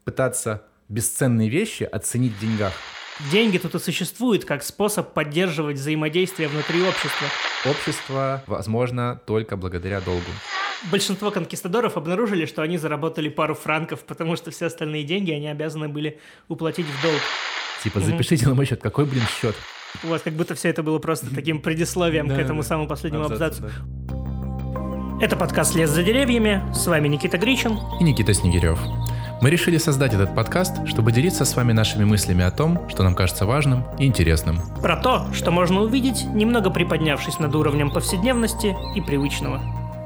пытаться бесценные вещи оценить в деньгах. Деньги тут и существуют как способ поддерживать взаимодействие внутри общества. Общество возможно только благодаря долгу. Большинство конкистадоров обнаружили, что они заработали пару франков, потому что все остальные деньги они обязаны были уплатить в долг. Типа, запишите на мой счет. Какой, счет? Вот, как будто все это было просто таким предисловием к этому самому последнему абзацу. Это подкаст «Лес за деревьями». С вами Никита Гричин и Никита Снегирев. Мы решили создать этот подкаст, чтобы делиться с вами нашими мыслями о том, что нам кажется важным и интересным. Про то, что можно увидеть, немного приподнявшись над уровнем повседневности и привычного.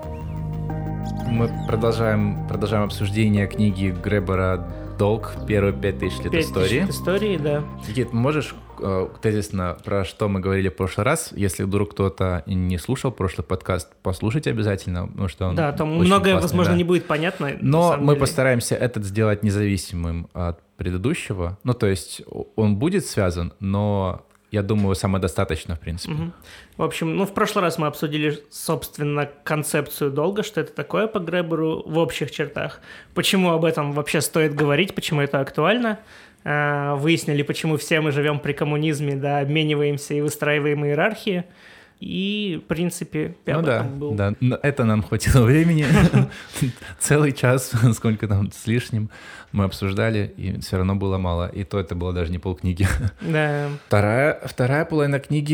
Мы продолжаем обсуждение книги Гребера «Долг. Первые 5000 лет истории». 5000 лет истории, да. Никит, можешь тезисно, про что мы говорили в прошлый раз? Если вдруг кто-то не слушал прошлый подкаст, послушайте обязательно, потому что он да, там очень многое, классный, возможно, да. не будет понятно. Но мы постараемся этот сделать независимым от предыдущего. Ну, то есть он будет связан, но... Я думаю, самодостаточно, в принципе. Угу. В общем, в прошлый раз мы обсудили, собственно, концепцию долга, что это такое по Греберу в общих чертах. Почему об этом вообще стоит говорить, почему это актуально. Выяснили, почему все мы живем при коммунизме, да, обмениваемся и выстраиваем иерархии. И, в принципе, был. Да, это нам хватило времени. Целый час, сколько там с лишним, мы обсуждали, и все равно было мало. И то это было даже не полкниги. Да. Вторая половина книги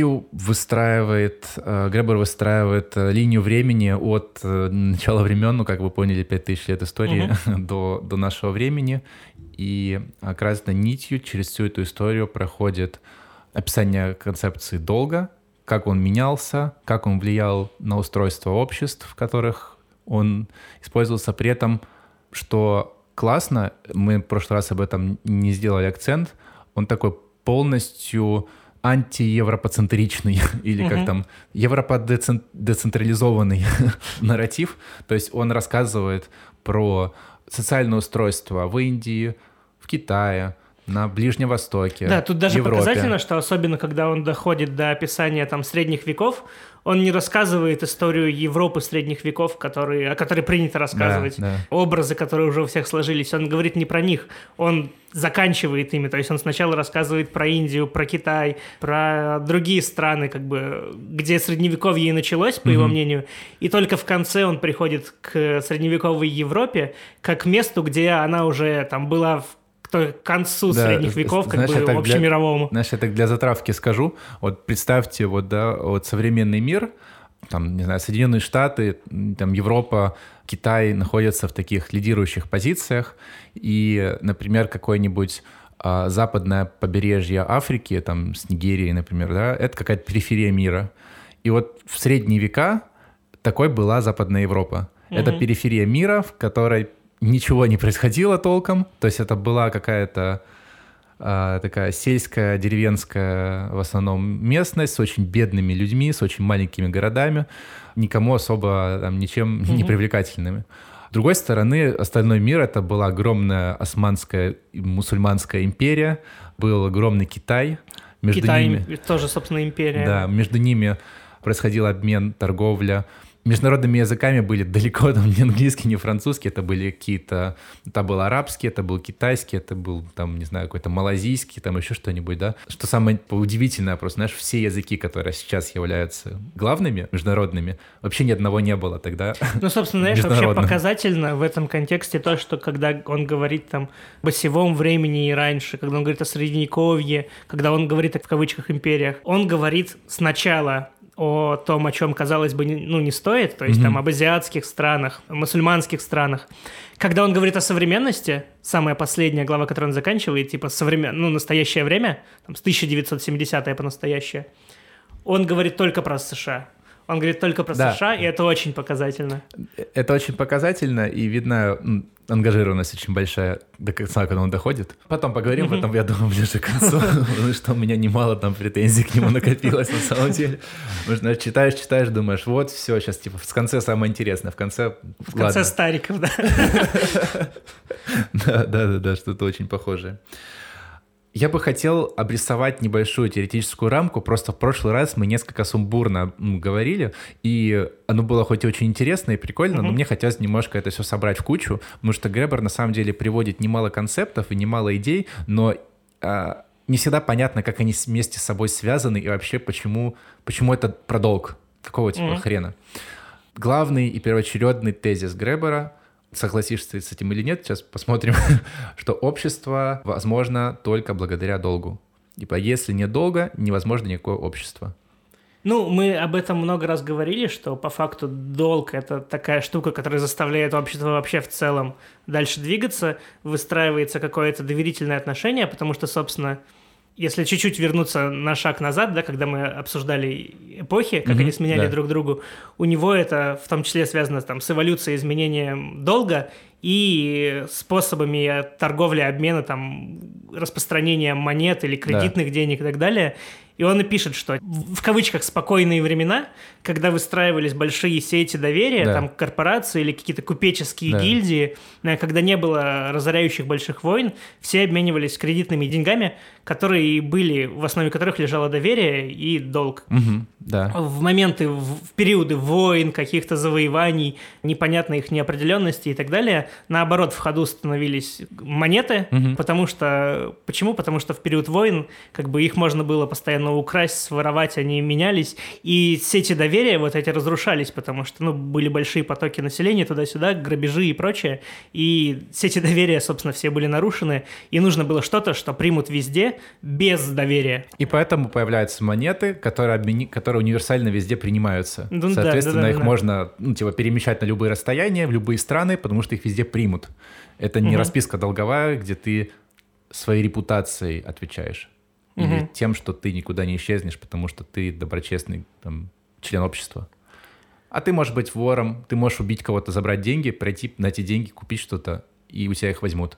Гребер выстраивает линию времени от начала времен, как вы поняли, 5000 лет истории, до нашего времени. И красной нитью через всю эту историю проходит описание концепции долга, как он менялся, как он влиял на устройство обществ, в которых он использовался. При этом, что классно, мы в прошлый раз об этом не сделали акцент, он такой полностью антиевропоцентричный или как там, европодецентрализованный нарратив. То есть он рассказывает про социальное устройство в Индии, в Китае, на Ближнем Востоке, да, тут даже Европе. Показательно, что особенно когда он доходит до описания там средних веков, он не рассказывает историю Европы средних веков, о которой принято рассказывать, да. Образы, которые уже у всех сложились. Он говорит не про них, он заканчивает ими. То есть он сначала рассказывает про Индию, про Китай, про другие страны, где средневековье и началось, по его мнению, и только в конце он приходит к средневековой Европе как месту, где она уже там была к концу средних веков, общемировому. Я так для затравки скажу. Вот представьте, современный мир, там, не знаю, Соединенные Штаты, там, Европа, Китай находятся в таких лидирующих позициях, и, например, какое-нибудь западное побережье Африки, там, с Нигерией, например, да, это какая-то периферия мира. И вот в средние века такой была Западная Европа. Это периферия мира, в которой ничего не происходило толком, то есть это была какая-то такая сельская, деревенская в основном местность с очень бедными людьми, с очень маленькими городами, никому особо там ничем не привлекательными. С другой стороны, остальной мир — это была огромная османская мусульманская империя, был огромный Китай. Китай тоже, собственно, империя. Да, между ними происходил обмен, торговля. Международными языками были далеко там не английский, не французский, это были какие-то... Это был арабский, это был китайский, это был, там, не знаю, какой-то малазийский, там еще что-нибудь, да. Что самое удивительное, просто, знаешь, все языки, которые сейчас являются главными, международными, вообще ни одного не было тогда. Ну, собственно, знаешь, вообще показательно в этом контексте то, что когда он говорит там об осевом времени и раньше, когда он говорит о Средневековье, когда он говорит в кавычках империях, он говорит сначала о том, о чем, казалось бы, не стоит, то есть там об азиатских странах, мусульманских странах. Когда он говорит о современности, самая последняя глава, которую он заканчивает, типа настоящее время, там, с 1970-е по настоящее, он говорит только про США. Он говорит только про США, и это очень показательно. Это очень показательно, и видно ангажированность очень большая до конца, когда он доходит. Потом поговорим, потом, я думаю, ближе к концу, потому что у меня немало там претензий к нему накопилось на самом деле. Потому что читаешь, думаешь, вот, все, сейчас типа в конце самое интересное, в конце Стариков, да. Да, что-то очень похожее. Я бы хотел обрисовать небольшую теоретическую рамку. Просто в прошлый раз мы несколько сумбурно говорили, и оно было хоть и очень интересно и прикольно, но мне хотелось немножко это все собрать в кучу, потому что Гребер на самом деле приводит немало концептов и немало идей, но не всегда понятно, как они вместе с собой связаны и вообще почему это про долг. Какого типа хрена? Главный и первоочередный тезис Гребера, согласишься с этим или нет, сейчас посмотрим, что общество возможно только благодаря долгу. Типа, если нет долга, невозможно никакое общество. Ну, мы об этом много раз говорили, что по факту долг — это такая штука, которая заставляет общество вообще в целом дальше двигаться, выстраивается какое-то доверительное отношение, потому что, собственно, если чуть-чуть вернуться на шаг назад, да, когда мы обсуждали эпохи, как они сменяли друг другу, у него это в том числе связано там, с эволюцией, изменением долга и способами торговли, обмена, там, распространения монет или кредитных денег и так далее. И он и пишет, что в кавычках «спокойные времена», когда выстраивались большие сети доверия, там корпорации или какие-то купеческие гильдии, когда не было разоряющих больших войн, все обменивались кредитными деньгами, которые были, в основе которых лежало доверие и долг. В моменты, в периоды войн, каких-то завоеваний, непонятной их неопределенности и так далее, наоборот, в ходу становились монеты, потому что... Почему? Потому что в период войн как бы их можно было постоянно украсть, своровать, они менялись, и сети доверия вот эти разрушались, потому что, были большие потоки населения туда-сюда, грабежи и прочее, и сети доверия, собственно, все были нарушены, и нужно было что-то, что примут везде без доверия. И поэтому появляются монеты, которые универсально везде принимаются. Соответственно, их можно перемещать на любые расстояния, в любые страны, потому что их везде примут. Это не расписка долговая, где ты своей репутацией отвечаешь. Или тем, что ты никуда не исчезнешь, потому что ты доброчестный член общества. А ты можешь быть вором, ты можешь убить кого-то, забрать деньги, пройти на эти деньги, купить что-то, и у тебя их возьмут.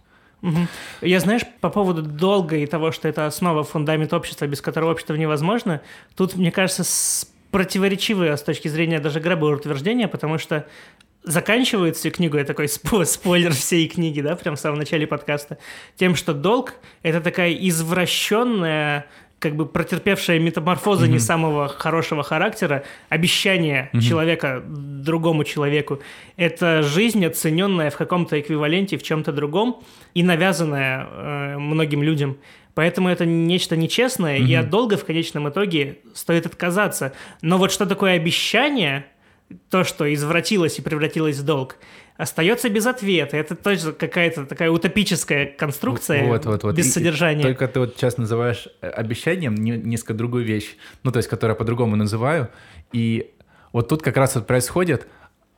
Я, знаешь, по поводу долга и того, что это основа, фундамент общества, без которого общество невозможно, тут, мне кажется, противоречивые с точки зрения даже Гребера утверждения, потому что заканчивает всю книгу, я такой спойлер всей книги, да, прям в самом начале подкаста, тем, что долг — это такая извращенная, как бы претерпевшая метаморфозы не самого хорошего характера, обещание человека другому человеку. Это жизнь, оцененная в каком-то эквиваленте, в чем-то другом и навязанная многим людям. Поэтому это нечто нечестное, и от долга в конечном итоге стоит отказаться. Но вот что такое обещание, то, что извратилось и превратилось в долг, остается без ответа. Это тоже какая-то такая утопическая конструкция без содержания. Только ты вот сейчас называешь обещанием несколько другую вещь, то есть, которую я по-другому называю. И вот тут как раз вот происходит,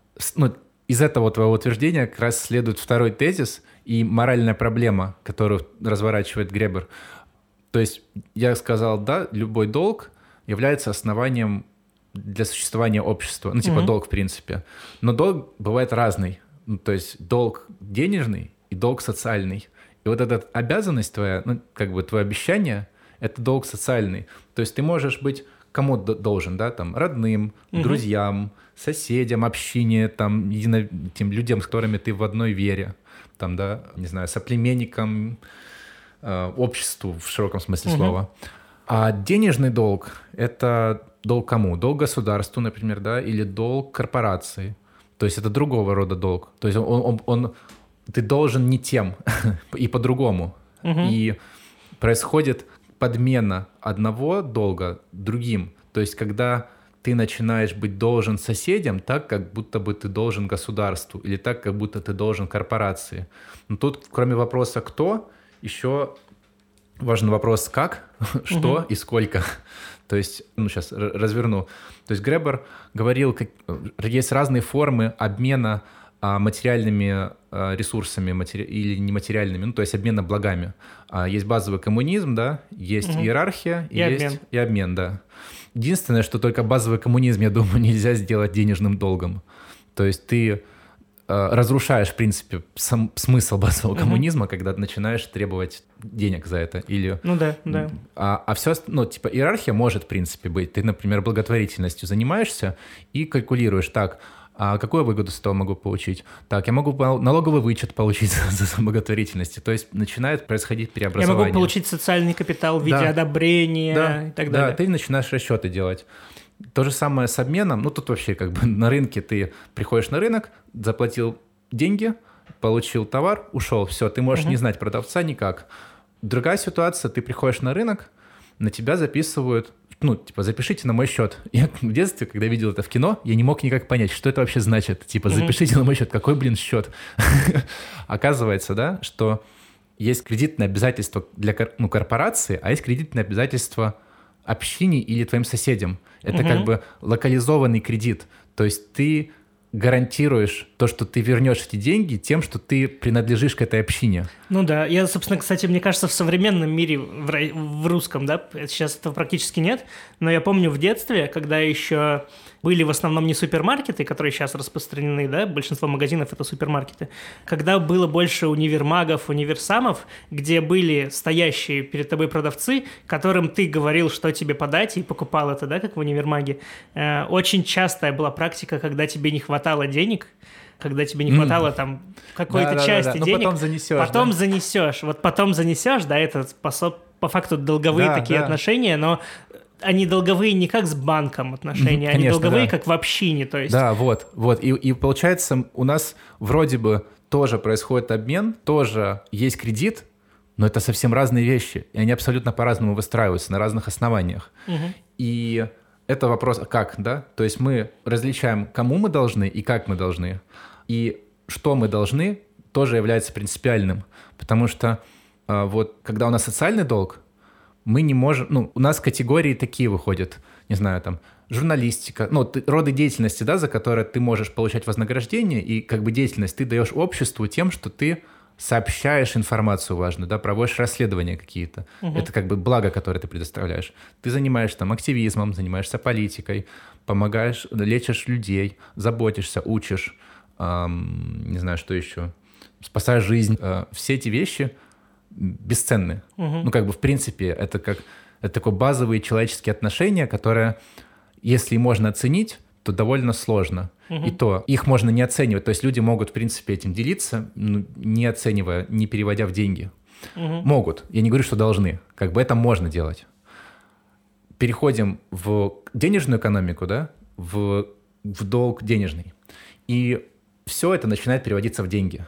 из этого твоего утверждения как раз следует второй тезис и моральная проблема, которую разворачивает Гребер. То есть я сказал, да, любой долг является основанием для существования общества. Долг в принципе. Но долг бывает разный. То есть долг денежный и долг социальный. И вот эта обязанность твоя, твое обещание, это долг социальный. То есть ты можешь быть кому должен, да, там, родным, друзьям, соседям, общине, там, тем людям, с которыми ты в одной вере, там, да, не знаю, соплеменникам, обществу в широком смысле слова. А денежный долг – это долг кому? Долг государству, например, да, или долг корпорации. То есть это другого рода долг. То есть ты должен не тем и по-другому. И происходит подмена одного долга другим. То есть когда ты начинаешь быть должен соседям так, как будто бы ты должен государству, или так, как будто ты должен корпорации. Но тут, кроме вопроса «кто», еще важен вопрос «как», «что» и «сколько». То есть, сейчас разверну. То есть Гребер говорил, есть разные формы обмена материальными ресурсами или нематериальными, то есть обмена благами. Есть базовый коммунизм, да, есть иерархия и есть и обмен, да. Единственное, что только базовый коммунизм, я думаю, нельзя сделать денежным долгом. То есть ты разрушаешь, в принципе, смысл базового коммунизма, когда ты начинаешь требовать денег за это. Или, да. А все, иерархия может, в принципе, быть. Ты, например, благотворительностью занимаешься и калькулируешь так, А какую выгоду с этого могу получить? Так, я могу налоговый вычет получить за благотворительность. То есть начинает происходить преобразование. Я могу получить социальный капитал в виде одобрения и так далее. Да, ты начинаешь расчеты делать. То же самое с обменом. Ну, тут вообще как бы на рынке ты приходишь на рынок, заплатил деньги, получил товар, ушел. Все, ты можешь не знать продавца никак. Другая ситуация, ты приходишь на рынок, на тебя записывают, ну, типа, запишите на мой счет. Я в детстве, когда видел это в кино, я не мог никак понять, что это вообще значит. Типа, запишите на мой счет. Какой, счет? Оказывается, да, что есть кредитные обязательства для корпорации, а есть кредитные обязательства общине или твоим соседям. Это как бы локализованный кредит. То есть ты гарантируешь то, что ты вернешь эти деньги тем, что ты принадлежишь к этой общине. Ну да, я, собственно, кстати, мне кажется, в современном мире, в русском, да, сейчас этого практически нет, но я помню в детстве, когда еще были в основном не супермаркеты, которые сейчас распространены, да, большинство магазинов — это супермаркеты, когда было больше универмагов, универсамов, где были стоящие перед тобой продавцы, которым ты говорил, что тебе подать, и покупал это, да, как в универмаге. Очень частая была практика, когда тебе не хватало денег, когда тебе не хватало там какой-то части денег. Потом занесешь. Вот потом занесешь, да, это по факту долговые такие отношения, но они долговые не как с банком отношения, они долговые как в общине, то есть. Да, вот. И получается, у нас вроде бы тоже происходит обмен, тоже есть кредит, но это совсем разные вещи, и они абсолютно по-разному выстраиваются на разных основаниях. И это вопрос, как, да? То есть мы различаем, кому мы должны и как мы должны. И что мы должны, тоже является принципиальным. Потому что вот когда у нас социальный долг, мы не можем... Ну, у нас категории такие выходят, не знаю, там, журналистика, ну, роды деятельности, да, за которые ты можешь получать вознаграждение, и как бы деятельность ты даешь обществу тем, что ты сообщаешь информацию важную, да, проводишь расследования какие-то. Это как бы благо, которое ты предоставляешь. Ты занимаешься там активизмом, занимаешься политикой, помогаешь, лечишь людей, заботишься, учишь, не знаю, что еще, спасаешь жизнь. Все эти вещи бесценны. Ну, как бы, в принципе, это такое базовые человеческие отношения, которые, если можно оценить, то довольно сложно. И то их можно не оценивать. То есть люди могут, в принципе, этим делиться, не оценивая, не переводя в деньги. Могут. Я не говорю, что должны. Как бы это можно делать. Переходим в денежную экономику, да, в долг денежный. И все это начинает переводиться в деньги.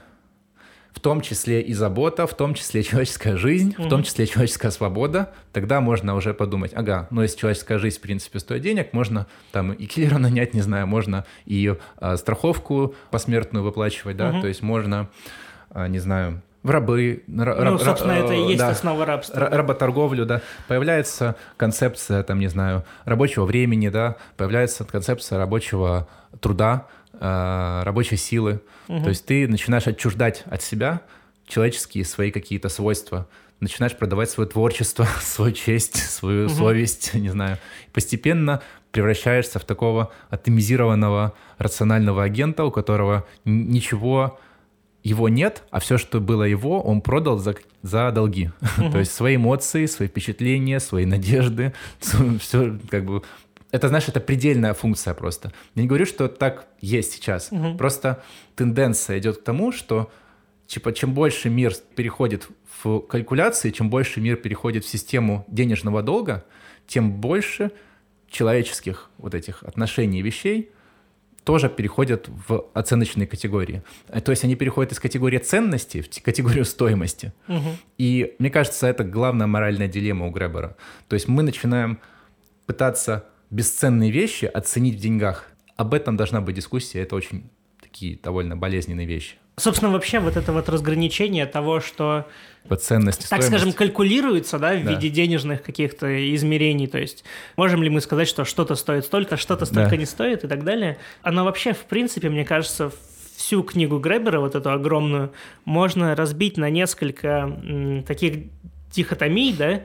В том числе и забота, в том числе человеческая жизнь, в том числе человеческая свобода. Тогда можно уже подумать, но если человеческая жизнь, в принципе, стоит денег, можно там и киллера нанять, не знаю, можно и страховку посмертную выплачивать, да, то есть можно, не знаю, в рабы. Собственно, это и есть основа рабства. Работорговлю, да. Появляется концепция, там, не знаю, рабочего времени, да, появляется концепция рабочего труда, рабочей силы. То есть ты начинаешь отчуждать от себя человеческие свои какие-то свойства, начинаешь продавать свое творчество, свою честь, свою совесть, не знаю. Постепенно превращаешься в такого атомизированного рационального агента, у которого ничего его нет, а все, что было его, он продал за долги. То есть свои эмоции, свои впечатления, свои надежды, все как бы... Это, знаешь, это предельная функция просто. Я не говорю, что так есть сейчас. Просто тенденция идет к тому, что типа, чем больше мир переходит в калькуляции, чем больше мир переходит в систему денежного долга, тем больше человеческих вот этих отношений и вещей тоже переходят в оценочные категории. То есть они переходят из категории ценности в категорию стоимости. И мне кажется, это главная моральная дилемма у Гребера. То есть мы начинаем пытаться бесценные вещи оценить в деньгах. Об этом должна быть дискуссия. Это очень такие довольно болезненные вещи. Собственно, вообще вот это вот разграничение того, что, по ценности, так скажем, калькулируется, да, в виде денежных каких-то измерений, то есть можем ли мы сказать, что что-то стоит столько, что-то столько не стоит и так далее. Оно вообще, в принципе, мне кажется, всю книгу Гребера, вот эту огромную, можно разбить на несколько таких дихотомий, да,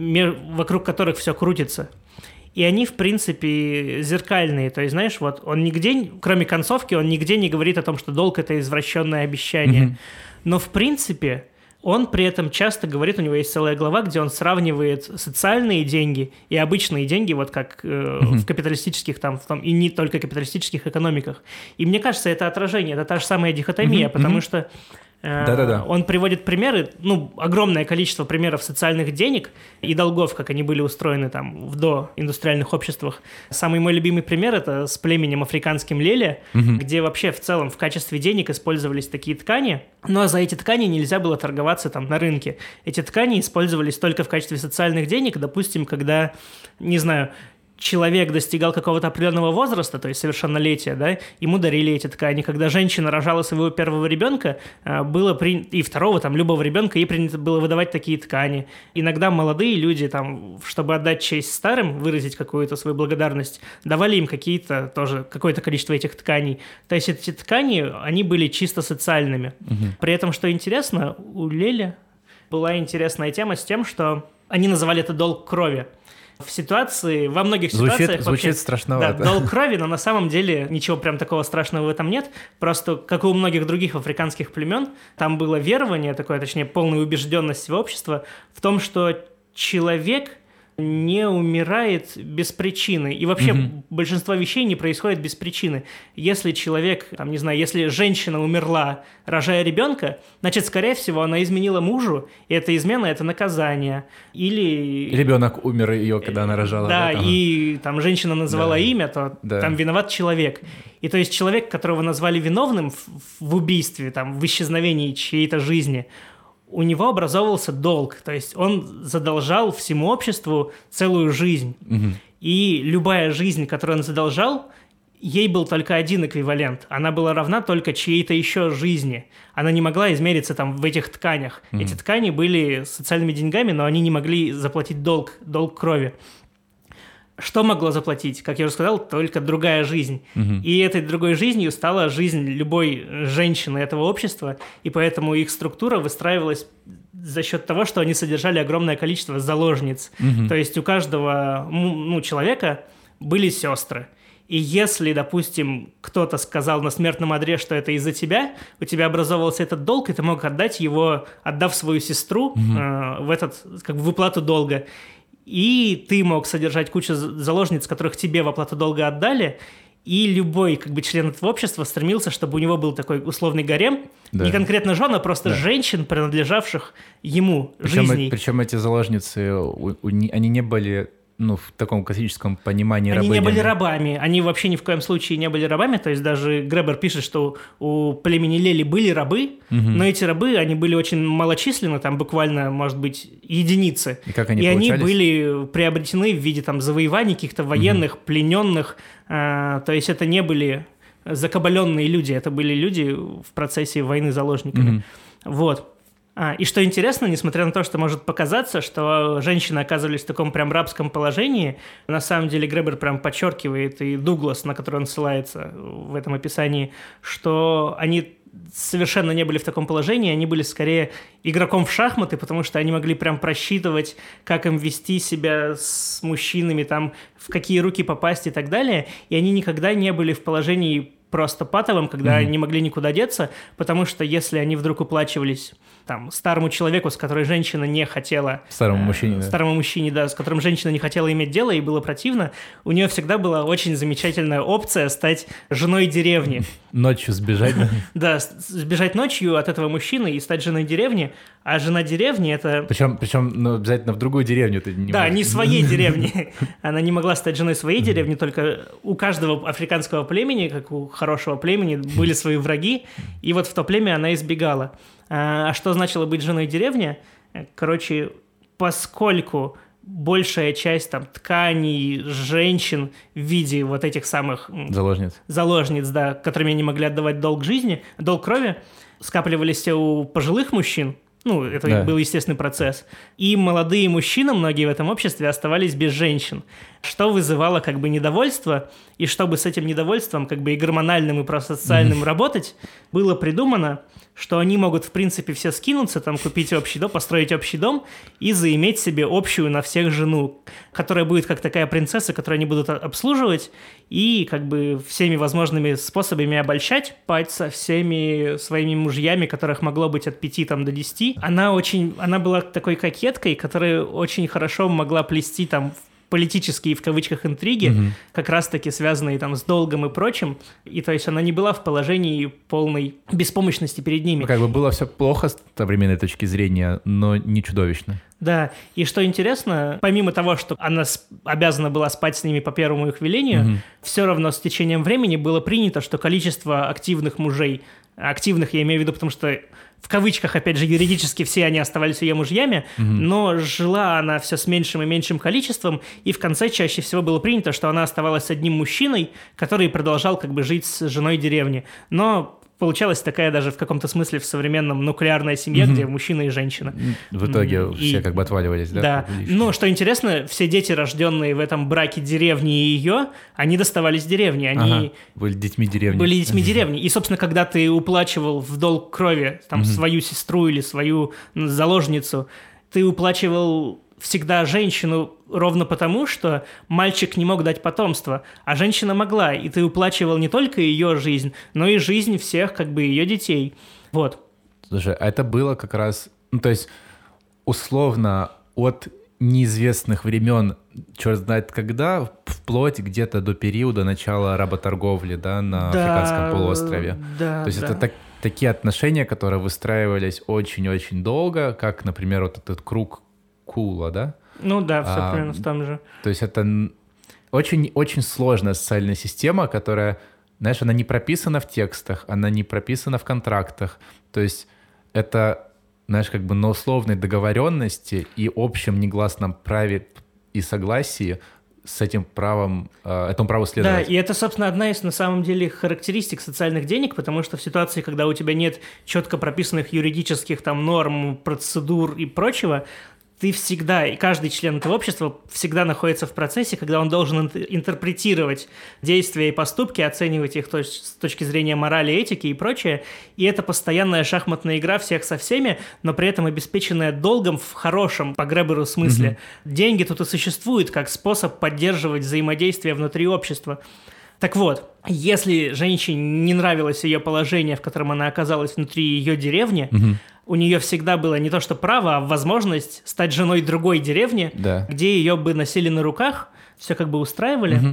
вокруг которых все крутится. И они, в принципе, зеркальные. То есть, знаешь, вот он нигде, кроме концовки, он нигде не говорит о том, что долг – это извращенное обещание. Но, в принципе, Он при этом часто говорит, у него есть целая глава, где он сравнивает социальные деньги и обычные деньги, вот как в капиталистических, и не только капиталистических экономиках. И мне кажется, это отражение, это та же самая дихотомия, потому что он приводит примеры, огромное количество примеров социальных денег и долгов, как они были устроены там в доиндустриальных обществах. Самый мой любимый пример – это с племенем африканским Леле, где вообще в целом в качестве денег использовались такие ткани, но за эти ткани нельзя было торговаться там на рынке. Эти ткани использовались только в качестве социальных денег, допустим, когда, не знаю, человек достигал какого-то определенного возраста, то есть совершеннолетия, да, ему дарили эти ткани. Когда женщина рожала своего первого ребенка, и второго, любого ребенка, ей принято было выдавать такие ткани. Иногда молодые люди, чтобы отдать честь старым, выразить какую-то свою благодарность, давали им какое-то количество этих тканей. То есть эти ткани, они были чисто социальными. При этом, что интересно, у Лели была интересная тема с тем, что они называли это долг крови. Во многих ситуациях... Звучит страшновато. Да, долг крови, но на самом деле ничего прям такого страшного в этом нет. Просто, как и у многих других африканских племен, там было верование такое, точнее, полная убежденность в обществе в том, что человек не умирает без причины. И вообще большинство вещей не происходит без причины. Если человек, если женщина умерла, рожая ребенка, значит, скорее всего, она изменила мужу, и эта измена – это наказание. Или ребенок умер ее, когда она рожала. Да, и женщина называла имя, то там виноват человек. И то есть человек, которого назвали виновным в убийстве, в исчезновении чьей-то жизни – у него образовывался долг, то есть он задолжал всему обществу целую жизнь. И любая жизнь, которую он задолжал, ей был только один эквивалент. Она была равна только чьей-то еще жизни. Она не могла измериться в этих тканях. Эти ткани были социальными деньгами, но они не могли заплатить долг крови. Что могло заплатить? Как я уже сказал, только другая жизнь. И этой другой жизнью стала жизнь любой женщины этого общества, и поэтому их структура выстраивалась за счет того, что они содержали огромное количество заложниц. То есть у каждого человека были сестры. И если, допустим, кто-то сказал на смертном одре, что это из-за тебя, у тебя образовывался этот долг, и ты мог отдать его, отдав свою сестру в уплату долга. И ты мог содержать кучу заложниц, которых тебе в оплату долга отдали, и любой член этого общества стремился, чтобы у него был такой условный гарем, не конкретно жен, а просто женщин, принадлежавших ему, жизней. Причем эти заложницы, они не были... в таком классическом понимании рабынями. Они не были рабами, они вообще ни в коем случае не были рабами, то есть даже Гребер пишет, что у племени Лели были рабы, но эти рабы, они были очень малочисленны, буквально, может быть, единицы. И как они получались? Они были приобретены в виде завоеваний каких-то военных, плененных, то есть это не были закабаленные люди, это были люди в процессе войны с заложниками. Вот. И что интересно, несмотря на то, что может показаться, что женщины оказывались в таком прям рабском положении, на самом деле Гребер прям подчеркивает, и Дуглас, на который он ссылается в этом описании, что они совершенно не были в таком положении, они были скорее игроком в шахматы, потому что они могли прям просчитывать, как им вести себя с мужчинами, в какие руки попасть и так далее, и они никогда не были в положении просто патовым, когда не могли никуда деться, потому что если они вдруг уплачивались старому человеку, с которой женщина не хотела... Старому мужчине, да, с которым женщина не хотела иметь дело и было противно, у нее всегда была очень замечательная опция стать женой деревни. Ночью сбежать. Да, сбежать ночью от этого мужчины и стать женой деревни, а жена деревни это... Причем обязательно в другую деревню ты не Да, не своей деревни. Она не могла стать женой своей деревни, только у каждого африканского племени, как у хорошего племени, были свои враги, и вот в то племя она избегала. А что значило быть женой деревни? Короче, поскольку большая часть тканей женщин в виде вот этих самых... Заложниц, да, которыми они могли отдавать долг крови, скапливались у пожилых мужчин. Это был естественный процесс. И молодые мужчины, многие в этом обществе, оставались без женщин, что вызывало недовольство. И чтобы с этим недовольством и гормональным, и просоциальным работать, было придумано, что они могут, в принципе, все скинуться, купить общий дом, построить общий дом и заиметь себе общую на всех жену, которая будет как такая принцесса, которую они будут обслуживать и всеми возможными способами обольщать, спать со всеми своими мужьями, которых могло быть от 5 до 10, плести. Она была такой кокеткой, которая очень хорошо могла плести там политические, в кавычках, интриги, как раз-таки связанные там с долгом и прочим. И то есть она не была в положении полной беспомощности перед ними. Как бы было все плохо с современной точки зрения, но не чудовищно. Да, и что интересно, помимо того, что она обязана была спать с ними по первому их велению, все равно с течением времени было принято, что количество активных мужей, активных я имею в виду, потому что в кавычках, опять же, юридически все они оставались ее мужьями, но жила она все с меньшим и меньшим количеством, и в конце чаще всего было принято, что она оставалась с одним мужчиной, который продолжал как бы жить с женой деревни. Но получалась такая даже в каком-то смысле в современном нуклеарная семья, где мужчина и женщина. В итоге все как бы отваливались, да? Да. Но что интересно, все дети, рожденные в этом браке деревни и ее, они доставались деревни. Они были детьми деревни. Были детьми деревни. И, собственно, когда ты уплачивал в долг крови там, свою сестру или свою заложницу, ты уплачивал всегда женщину ровно потому, что мальчик не мог дать потомство, а женщина могла, и ты уплачивал не только ее жизнь, но и жизнь всех как бы ее детей. Вот. Слушай, а это было как раз, то есть условно от неизвестных времен, черт знает когда, вплоть где-то до периода начала работорговли, да, на Африканском полуострове. Да, то есть это такие отношения, которые выстраивались очень-очень долго, как, например, вот этот круг Кула, да? Ну да, все примерно там же. То есть это очень-очень сложная социальная система, которая, знаешь, она не прописана в текстах, она не прописана в контрактах. То есть это, знаешь, как бы на условной договоренности и общем негласном праве и согласии с этому праву следовать. Да, и это, собственно, одна из, на самом деле, характеристик социальных денег, потому что в ситуации, когда у тебя нет четко прописанных юридических там норм, процедур и прочего, ты всегда, и каждый член этого общества всегда находится в процессе, когда он должен интерпретировать действия и поступки, оценивать их с точки зрения морали, этики и прочее. И это постоянная шахматная игра всех со всеми, но при этом обеспеченная долгом в хорошем, по Греберу, смысле. Деньги тут и существуют как способ поддерживать взаимодействие внутри общества. Так вот, если женщине не нравилось ее положение, в котором она оказалась внутри ее деревни, у нее всегда было не то что право, а возможность стать женой другой деревни, где ее бы носили на руках, все как бы устраивали.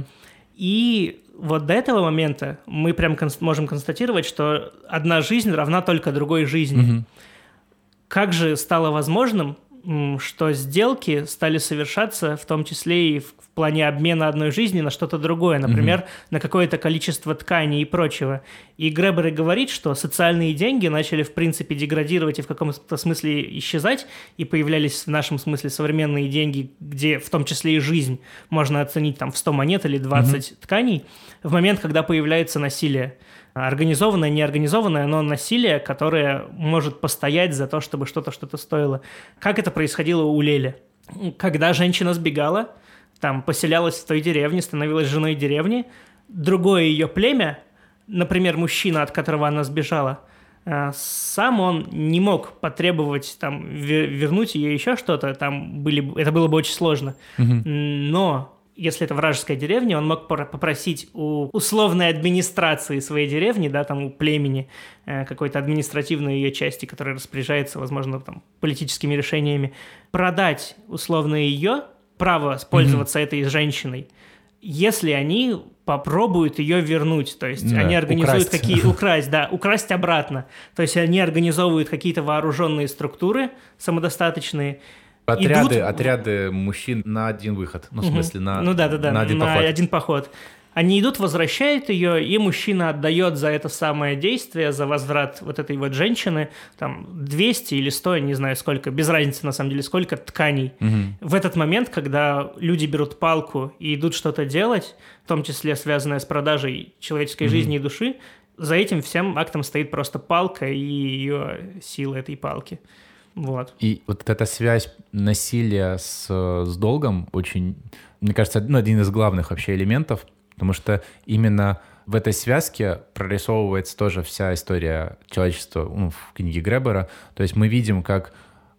И вот до этого момента мы прям можем констатировать, что одна жизнь равна только другой жизни. Как же стало возможным, что сделки стали совершаться, в том числе и в плане обмена одной жизни на что-то другое, например, на какое-то количество тканей и прочего. И Гребер говорит, что социальные деньги начали, в принципе, деградировать и в каком-то смысле исчезать, и появлялись в нашем смысле современные деньги, где в том числе и жизнь можно оценить там в 100 монет или 20 тканей, в момент, когда появляется насилие. Организованное, неорганизованное, но насилие, которое может постоять за то, чтобы что-то стоило. Как это происходило у Лели? Когда женщина сбегала, там поселялась в той деревне, становилась женой деревни, другое ее племя, например, мужчина, от которого она сбежала, сам он не мог потребовать там, вернуть ей еще что-то, это было бы очень сложно. Но если это вражеская деревня, он мог попросить у условной администрации своей деревни, да, там у племени, какой-то административной ее части, которая распоряжается, возможно, там, политическими решениями, продать условно ее право пользоваться этой женщиной, если они попробуют ее вернуть. То есть они организуют украсть обратно. То есть они организовывают какие-то вооруженные структуры самодостаточные. Отряды мужчин на один выход. Ну, в смысле, на один поход. Они идут, возвращают ее, и мужчина отдает за это самое действие, за возврат вот этой вот женщины, там, 200 или 100, не знаю сколько, без разницы, на самом деле, сколько тканей. В этот момент, когда люди берут палку и идут что-то делать, в том числе связанное с продажей человеческой жизни и души, за этим всем актом стоит просто палка и ее сила этой палки. Вот. И вот эта связь насилия с долгом очень, мне кажется, один из главных вообще элементов, потому что именно в этой связке прорисовывается тоже вся история человечества в книге Гребера. То есть мы видим, как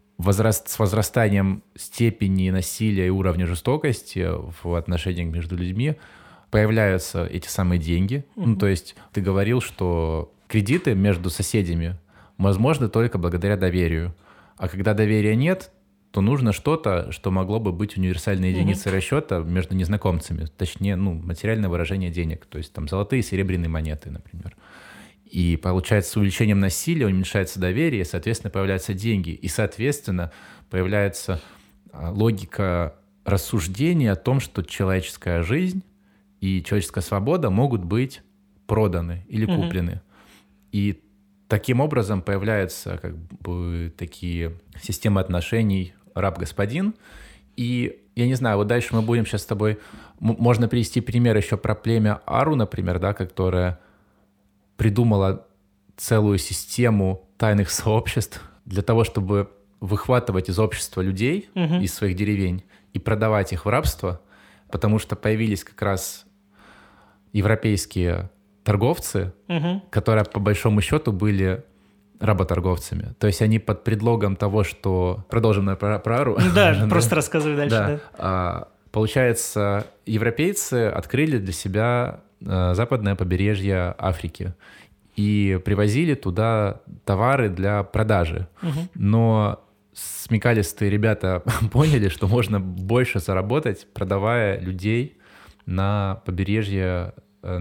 с возрастанием степени насилия и уровня жестокости в отношениях между людьми появляются эти самые деньги. То есть ты говорил, что кредиты между соседями возможны только благодаря доверию. А когда доверия нет, то нужно что-то, что могло бы быть универсальной единицей расчета между незнакомцами. Точнее, материальное выражение денег. То есть там золотые и серебряные монеты, например. И получается, с увеличением насилия уменьшается доверие, соответственно, появляются деньги. И, соответственно, появляется логика рассуждения о том, что человеческая жизнь и человеческая свобода могут быть проданы или куплены. И таким образом появляются как бы такие системы отношений раб-господин. И я не знаю, вот дальше мы будем сейчас с тобой... Можно привести пример еще про племя Ару, например, да, которое придумала целую систему тайных сообществ для того, чтобы выхватывать из общества людей, из своих деревень, и продавать их в рабство, потому что появились как раз европейские торговцы, которые по большому счету были работорговцами. То есть они под предлогом того, что... Продолжим про Ару. Да, просто рассказывай дальше. Получается, европейцы открыли для себя западное побережье Африки и привозили туда товары для продажи. Но смекалистые ребята поняли, что можно больше заработать, продавая людей на побережье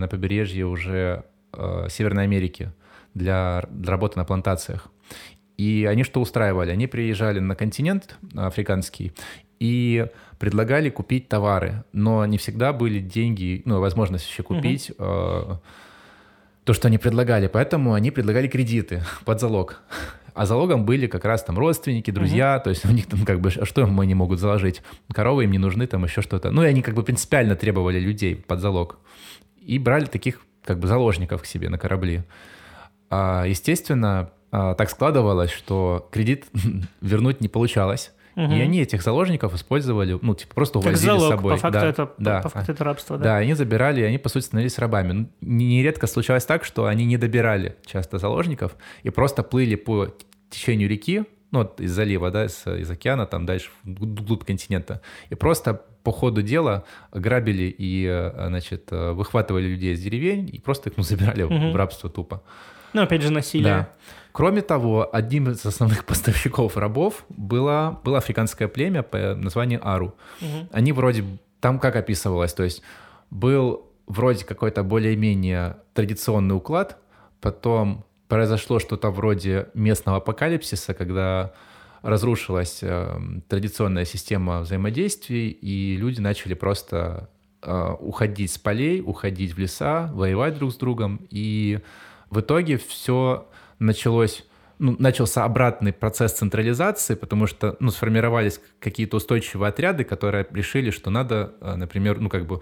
уже Северной Америки для работы на плантациях. И они что устраивали? Они приезжали на континент африканский и предлагали купить товары, но не всегда были деньги, возможность еще купить то, что они предлагали. Поэтому они предлагали кредиты под залог. А залогом были как раз там родственники, друзья, то есть у них там как бы, что им они могут заложить? Коровы им не нужны, там еще что-то. И они как бы принципиально требовали людей под залог. И брали таких как бы заложников к себе на корабли. Естественно, так складывалось, что кредит вернуть не получалось. И они этих заложников использовали, просто увозили залог, с собой. По факту это рабство, да? Да, они забирали, и они, по сути, становились рабами. Нередко случалось так, что они не добирали часто заложников и просто плыли по течению реки, из залива, да, из океана, там дальше вглубь континента, и просто по ходу дела грабили и, выхватывали людей из деревень и просто их забирали в рабство тупо. Опять же, насилие. Да. Кроме того, одним из основных поставщиков рабов было африканское племя по названию Ару. Они вроде... Там как описывалось? То есть был вроде какой-то более-менее традиционный уклад, потом произошло что-то вроде местного апокалипсиса, когда разрушилась традиционная система взаимодействий, и люди начали просто уходить с полей, уходить в леса, воевать друг с другом, и в итоге все начался обратный процесс централизации, потому что сформировались какие-то устойчивые отряды, которые решили, что надо, например,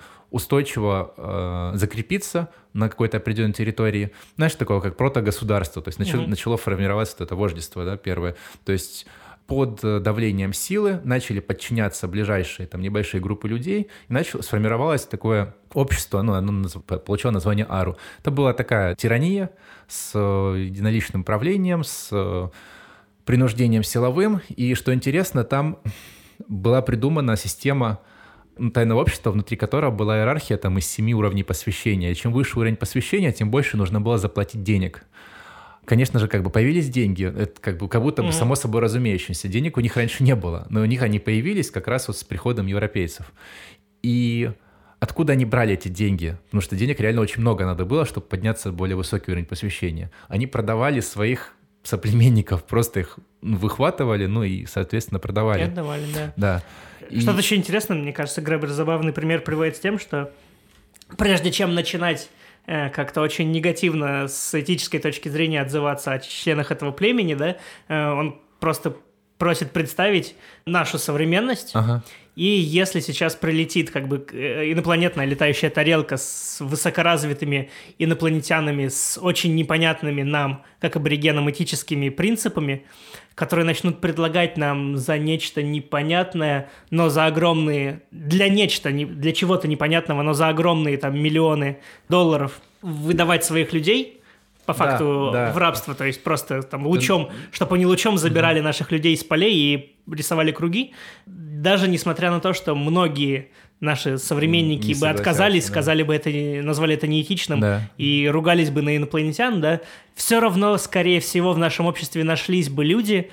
устойчиво закрепиться на какой-то определенной территории. Знаешь, такого как протогосударство, то есть начало формироваться это вождество, да, первое. То есть под давлением силы начали подчиняться ближайшие небольшие группы людей, и сформировалось такое общество, оно получило название Ару. Это была такая тирания с единоличным правлением, с принуждением силовым, и, что интересно, там была придумана система тайного общества, внутри которого была иерархия из 7 уровней посвящения. И чем выше уровень посвящения, тем больше нужно было заплатить денег. Конечно же, появились деньги, это как будто бы само собой разумеющееся. Денег у них раньше не было, но у них они появились как раз с приходом европейцев. И откуда они брали эти деньги? Потому что денег реально очень много надо было, чтобы подняться в более высокий уровень посвящения. Они продавали своих соплеменников, просто их выхватывали, и, соответственно, продавали. И отдавали, да. Да. Что-то еще интересное, мне кажется, Гребер забавный пример приводит с тем, что прежде чем начинать как-то очень негативно с этической точки зрения отзываться о членах этого племени, да, он просто просит представить нашу современность, и если сейчас прилетит инопланетная летающая тарелка с высокоразвитыми инопланетянами, с очень непонятными нам, как аборигенам, этическими принципами, которые начнут предлагать нам за нечто непонятное, но за огромные... Для чего-то непонятного, но за огромные миллионы долларов выдавать своих людей, по факту, в рабство, то есть просто лучом, чтобы они лучом забирали наших людей с полей и рисовали круги. Даже несмотря на то, что многие наши современники бы отказались, сказали бы назвали это неэтичным и ругались бы на инопланетян, да, все равно, скорее всего, в нашем обществе нашлись бы люди,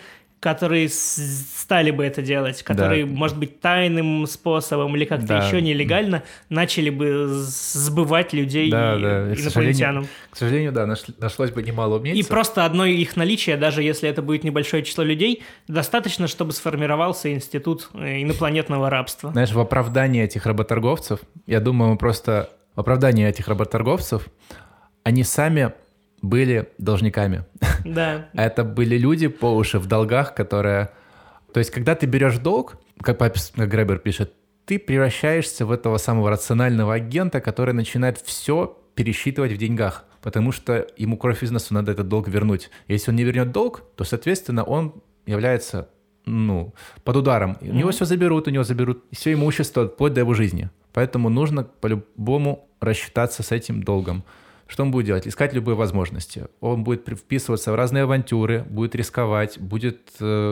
которые стали бы это делать, которые, может быть, тайным способом или как-то еще нелегально начали бы сбывать людей инопланетянам. К сожалению, да, нашлось бы немало умельцев. И просто одно их наличие, даже если это будет небольшое число людей, достаточно, чтобы сформировался институт инопланетного рабства. Знаешь, в оправдании этих работорговцев, я думаю, просто в оправдании этих работорговцев они сами были должниками. Да. Это были люди по уши в долгах, которые... То есть, когда ты берешь долг, как Гребер пишет, ты превращаешься в этого самого рационального агента, который начинает все пересчитывать в деньгах, потому что ему кровь из носу надо этот долг вернуть. Если он не вернет долг, то, соответственно, он является, под ударом. У него все заберут, все имущество, вплоть до его жизни. Поэтому нужно по-любому рассчитаться с этим долгом. Что он будет делать? Искать любые возможности. Он будет вписываться в разные авантюры, будет рисковать, будет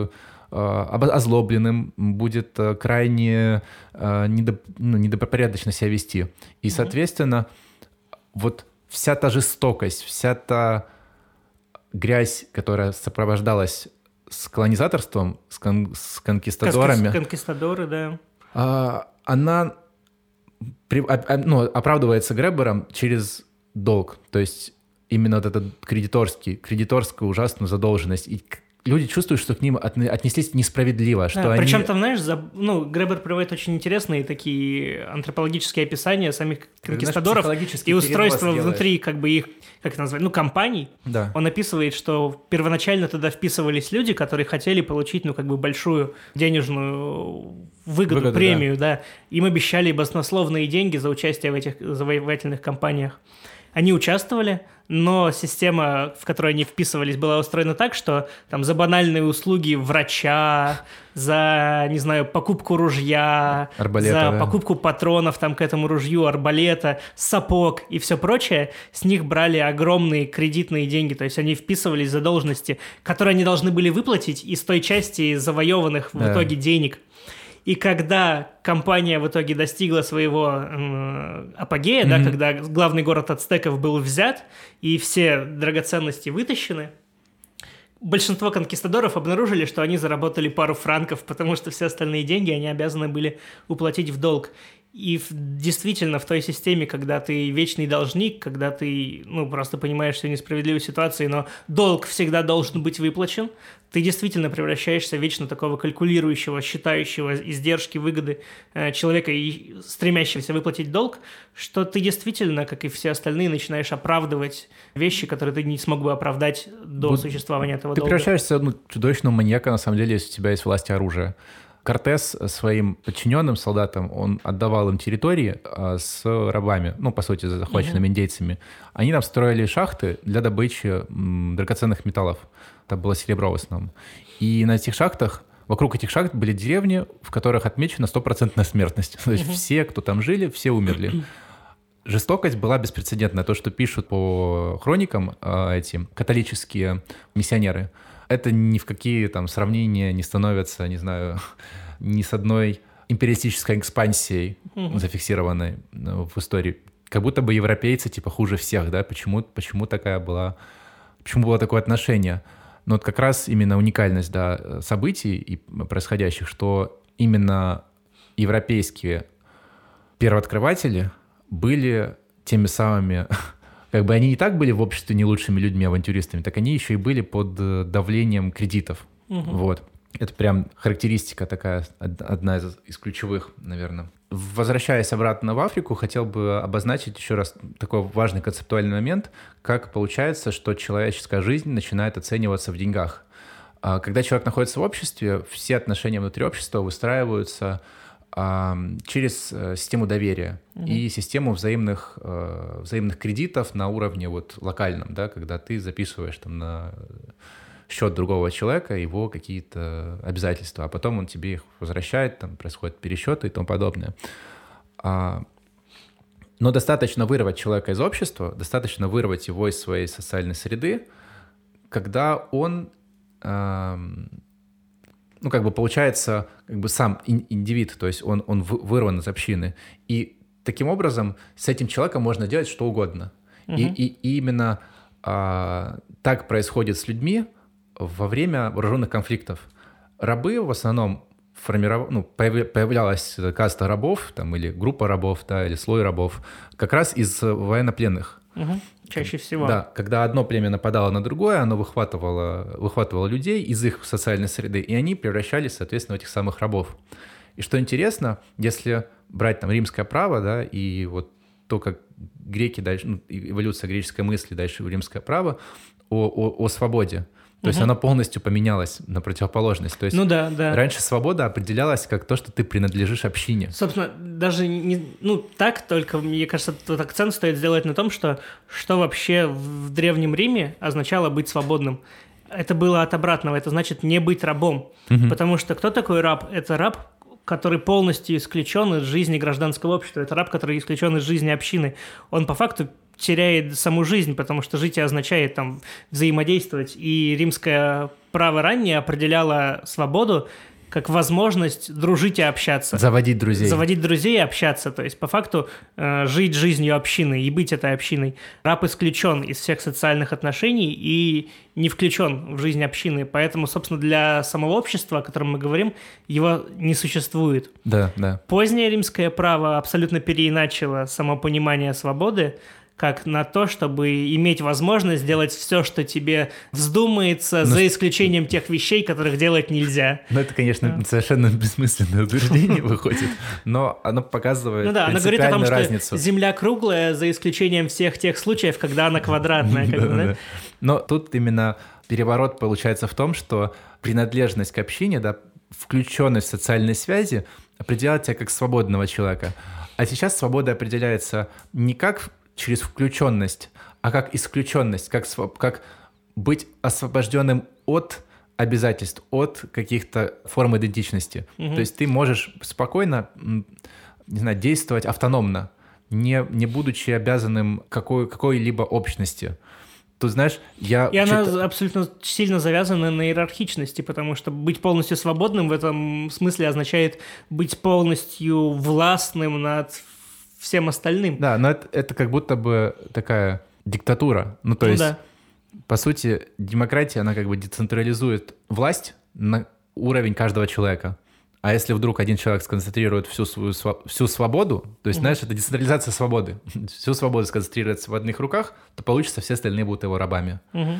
озлобленным, будет крайне недобропорядочно себя вести. И, соответственно, вот вся та жестокость, вся та грязь, которая сопровождалась с колонизаторством, с конкистадорами... Конкистадоры, да. Она оправдывается Гребером через долг, то есть именно вот эту кредиторскую ужасную задолженность. И люди чувствуют, что к ним отнеслись несправедливо. Что причем там, знаешь, Гребер приводит очень интересные такие антропологические описания самих конкистадоров и устройства внутри их, как это назвать, компаний. Да. Он описывает, что первоначально туда вписывались люди, которые хотели получить, большую денежную выгоду, премию, да. Им обещали баснословные деньги за участие в этих завоевательных кампаниях. Они участвовали, но система, в которой они вписывались, была устроена так, что там за банальные услуги врача, за, не знаю, покупку ружья, арбалета, покупку патронов там к этому ружью, арбалета, сапог и все прочее, с них брали огромные кредитные деньги, то есть они вписывались в задолженности, которые они должны были выплатить из той части завоеванных в итоге денег. И когда компания в итоге достигла своего апогея, когда главный город ацтеков был взят и все драгоценности вытащены, большинство конкистадоров обнаружили, что они заработали пару франков, потому что все остальные деньги они обязаны были уплатить в долг. И действительно, в той системе, когда ты вечный должник, когда ты просто понимаешь всю несправедливую ситуацию, но долг всегда должен быть выплачен, ты действительно превращаешься в вечно такого калькулирующего, считающего издержки, выгоды человека и стремящегося выплатить долг, что ты действительно, как и все остальные, начинаешь оправдывать вещи, которые ты не смог бы оправдать до существования этого долга. Ты превращаешься в чудовищного маньяка, на самом деле, если у тебя есть власть и оружие. Кортес своим подчиненным солдатам, он отдавал им территории с рабами, по сути, захваченными индейцами. Они там строили шахты для добычи драгоценных металлов. Это было серебро в основном. И на этих шахтах, вокруг этих шахт были деревни, в которых отмечена 100% смертность. То есть все, кто там жили, все умерли. Жестокость была беспрецедентная. То, что пишут по хроникам эти католические миссионеры, это ни в какие там сравнения не становятся, не знаю, ни с одной империалистической экспансией, зафиксированной в истории. Как будто бы европейцы хуже всех, да? Почему было такое отношение? Но вот как раз именно уникальность, событий и происходящих, что именно европейские первооткрыватели были теми самыми... они и так были в обществе не лучшими людьми, авантюристами, так они еще и были под давлением кредитов. Вот. Это прям характеристика такая, одна из ключевых, наверное. Возвращаясь обратно в Африку, хотел бы обозначить еще раз такой важный концептуальный момент, как получается, что человеческая жизнь начинает оцениваться в деньгах. Когда человек находится в обществе, все отношения внутри общества выстраиваются через систему доверия и систему взаимных кредитов на уровне локальном, когда ты записываешь там на счет другого человека его какие-то обязательства, а потом он тебе их возвращает, там происходят пересчеты и тому подобное. Но достаточно вырвать человека из общества, достаточно вырвать его из своей социальной среды, когда он получается, сам индивид, то есть он вырван из общины. И таким образом с этим человеком можно делать что угодно. И именно так происходит с людьми во время вооруженных конфликтов. рабы в основном появлялась каста рабов там, или группа рабов, да, или слой рабов как раз из военнопленных. Чаще всего. Да, когда одно племя нападало на другое, оно выхватывало людей из их социальной среды, и они превращались, соответственно, в этих самых рабов. И что интересно, если брать там римское право, да, и вот то, как греки дальше, эволюция греческой мысли, дальше римское право о свободе. То есть оно полностью поменялось на противоположность. То есть раньше свобода определялась как то, что ты принадлежишь общине. Собственно, даже не так, только, мне кажется, тут акцент стоит сделать на том, что вообще в Древнем Риме означало быть свободным. Это было от обратного, это значит не быть рабом. Потому что кто такой раб? Это раб, который полностью исключен из жизни гражданского общества. Это раб, который исключен из жизни общины. Он по факту теряет саму жизнь, потому что жить означает там взаимодействовать. И римское право ранее определяло свободу как возможность дружить и общаться. Заводить друзей и общаться. То есть, по факту, жить жизнью общины и быть этой общиной. Раб исключен из всех социальных отношений и не включен в жизнь общины. Поэтому, собственно, для самого общества, о котором мы говорим, его не существует. Да. Позднее римское право абсолютно переиначило само понимание свободы как на то, чтобы иметь возможность делать все, что тебе вздумается, за исключением тех вещей, которых делать нельзя. Это, конечно, совершенно бессмысленное утверждение выходит, но оно показывает принципиальную разницу. Оно говорит о том, что Земля круглая, за исключением всех тех случаев, когда она квадратная. Но тут именно переворот получается в том, что принадлежность к общине, да, включенность в социальные связи определяет тебя как свободного человека. А сейчас свобода определяется не как через включенность, а как исключенность, как быть освобожденным от обязательств, от каких-то форм идентичности. То есть ты можешь спокойно, не знаю, действовать автономно, не будучи обязанным какой-либо общности. Тут, знаешь, она абсолютно сильно завязана на иерархичности, потому что быть полностью свободным в этом смысле означает быть полностью властным над всем остальным. Да, но это как будто бы такая диктатура. То есть, по сути, демократия, она как бы децентрализует власть на уровень каждого человека. А если вдруг один человек сконцентрирует всю свободу, то есть, знаешь, это децентрализация свободы, всю свободу сконцентрируется в одних руках, то получится, все остальные будут его рабами.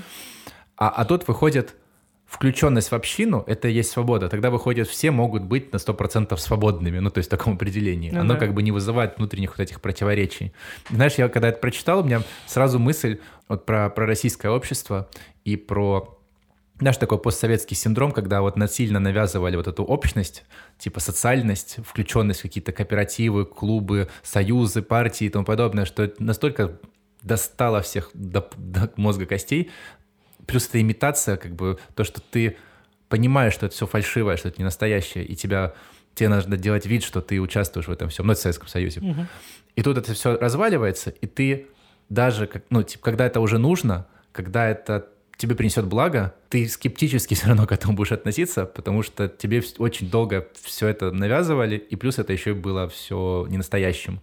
А тут выходит включенность в общину, это и есть свобода. Тогда выходит, все могут быть на 100% свободными, то есть в таком определении. Оно как бы не вызывает внутренних вот этих противоречий. Знаешь, я когда это прочитал, у меня сразу мысль вот про российское общество и про, знаешь, такой постсоветский синдром, когда вот насильно навязывали вот эту общность, типа социальность, включенность в какие-то кооперативы, клубы, союзы, партии и тому подобное, что это настолько достало всех до мозга костей. Плюс это имитация, как бы то, что ты понимаешь, что это все фальшивое, что это не настоящее, и тебе нужно делать вид, что ты участвуешь в этом всем, в Советском Союзе. И тут это все разваливается, и ты даже, когда это уже нужно, когда это тебе принесет благо, ты скептически все равно к этому будешь относиться, потому что тебе очень долго все это навязывали, и плюс это еще и было все ненастоящим.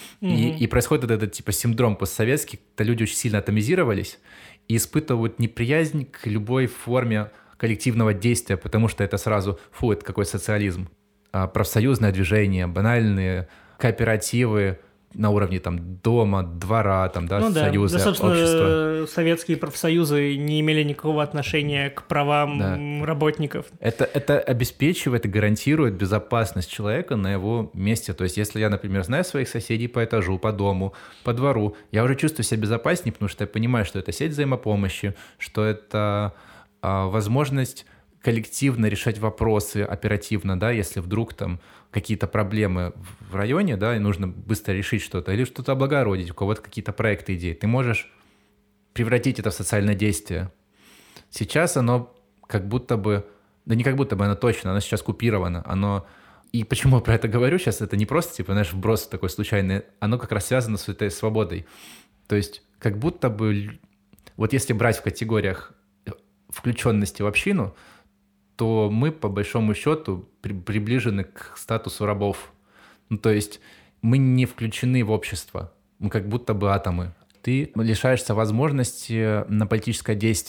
И происходит этот типа синдром постсоветский, когда люди очень сильно атомизировались и испытывают неприязнь к любой форме коллективного действия, потому что это сразу, это какой социализм. Профсоюзное движение, банальные кооперативы на уровне там дома, двора, там, союза, собственно, советские профсоюзы не имели никакого отношения к правам работников. Это обеспечивает и гарантирует безопасность человека на его месте. То есть, если я, например, знаю своих соседей по этажу, по дому, по двору, я уже чувствую себя безопаснее, потому что я понимаю, что это сеть взаимопомощи, что это возможность коллективно решать вопросы оперативно, если вдруг там какие-то проблемы в районе, и нужно быстро решить что-то, или что-то облагородить, у кого-то какие-то проекты, идеи. Ты можешь превратить это в социальное действие. Сейчас оно как будто бы, не как будто бы, оно точно, оно сейчас купировано, И почему я про это говорю сейчас, это не просто, вброс такой случайный, оно как раз связано с этой свободой. То есть как будто бы, вот если брать в категориях включенности в общину, то мы, по большому счету, приближены к статусу рабов. То есть мы не включены в общество. Мы как будто бы атомы. Ты лишаешься возможности на политическое действие.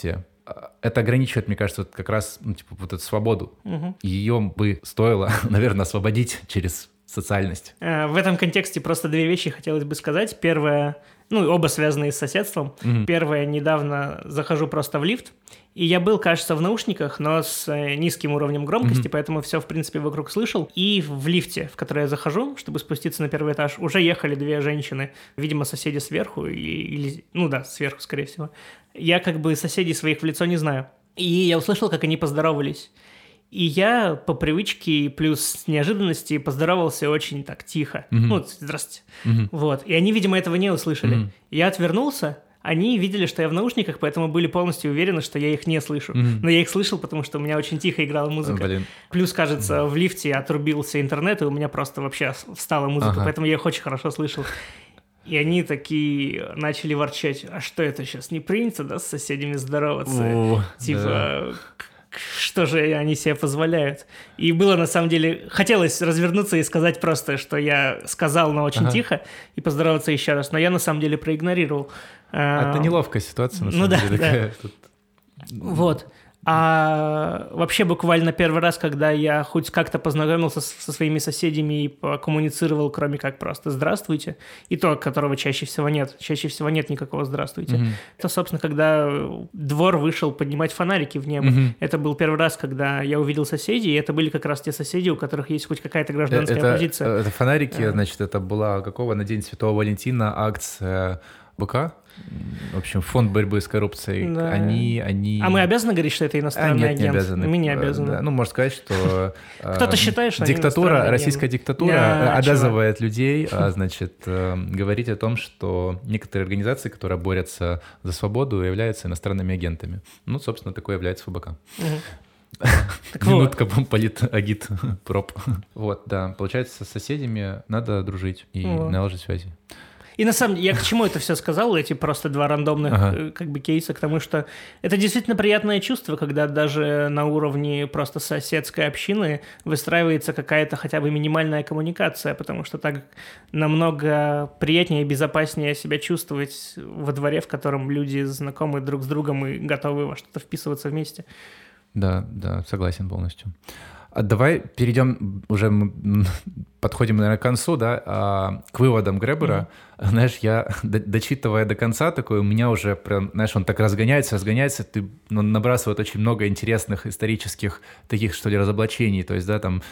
это ограничивает, мне кажется, вот как раз вот эту свободу. Ее бы стоило, наверное, освободить через социальность. В этом контексте просто две вещи хотелось бы сказать. Первое, оба связанные с соседством. Первое, недавно захожу просто в лифт, и я был, кажется, в наушниках, но с низким уровнем громкости, поэтому все, в принципе, вокруг слышал. И в лифте, в который я захожу, чтобы спуститься на первый этаж, уже ехали две женщины, видимо, соседи сверху, сверху, скорее всего. Я как бы соседей своих в лицо не знаю. И я услышал, как они поздоровались. И я по привычке плюс с неожиданности поздоровался очень так тихо. Здравствуйте. Вот. И они, видимо, этого не услышали. Я отвернулся, они видели, что я в наушниках, поэтому были полностью уверены, что я их не слышу. Но я их слышал, потому что у меня очень тихо играла музыка. Плюс, кажется, в лифте отрубился интернет, и у меня просто вообще встала музыка, поэтому я их очень хорошо слышал. И они такие начали ворчать: а что это сейчас, не принято, да, с соседями здороваться? Что же они себе позволяют? И было, на самом деле, хотелось развернуться и сказать просто, что я сказал, но очень тихо, и поздороваться еще раз, но я, на самом деле, проигнорировал. Это неловкая ситуация, на самом деле. Такая. Вот. А вообще буквально первый раз, когда я хоть как-то познакомился со своими соседями и покоммуницировал, кроме как просто «здравствуйте», и то, которого чаще всего нет. Чаще всего нет никакого «здравствуйте». Это, собственно, когда двор вышел поднимать фонарики в небо. Это был первый раз, когда я увидел соседей, и это были как раз те соседи, у которых есть хоть какая-то гражданская позиция. Это фонарики, значит, это была какого на День Святого Валентина акция БК? В общем, фонд борьбы с коррупцией. Да. Они... А мы обязаны говорить, что это иностранный агент? Не обязаны. Мы не обязаны. Да. Можно сказать, что... Кто-то считает, что диктатура, российская диктатура обязывает людей, говорить о том, что некоторые организации, которые борются за свободу, являются иностранными агентами. Собственно, такое является ФБК. Минутка политагит проб. Вот, да. Получается, с соседями надо дружить и наладить связи. И на самом деле, я к чему это все сказал, эти просто два рандомных кейса, к тому, что это действительно приятное чувство, когда даже на уровне просто соседской общины выстраивается какая-то хотя бы минимальная коммуникация, потому что так намного приятнее и безопаснее себя чувствовать во дворе, в котором люди знакомы друг с другом и готовы во что-то вписываться вместе. Да, согласен полностью. Давай перейдем, уже мы подходим, наверное, к концу, да, к выводам Гребера. Знаешь, я, дочитывая до конца, такой, у меня уже прям, знаешь, он так разгоняется, ты набрасывает очень много интересных исторических таких, что ли, разоблачений. То есть, да, там,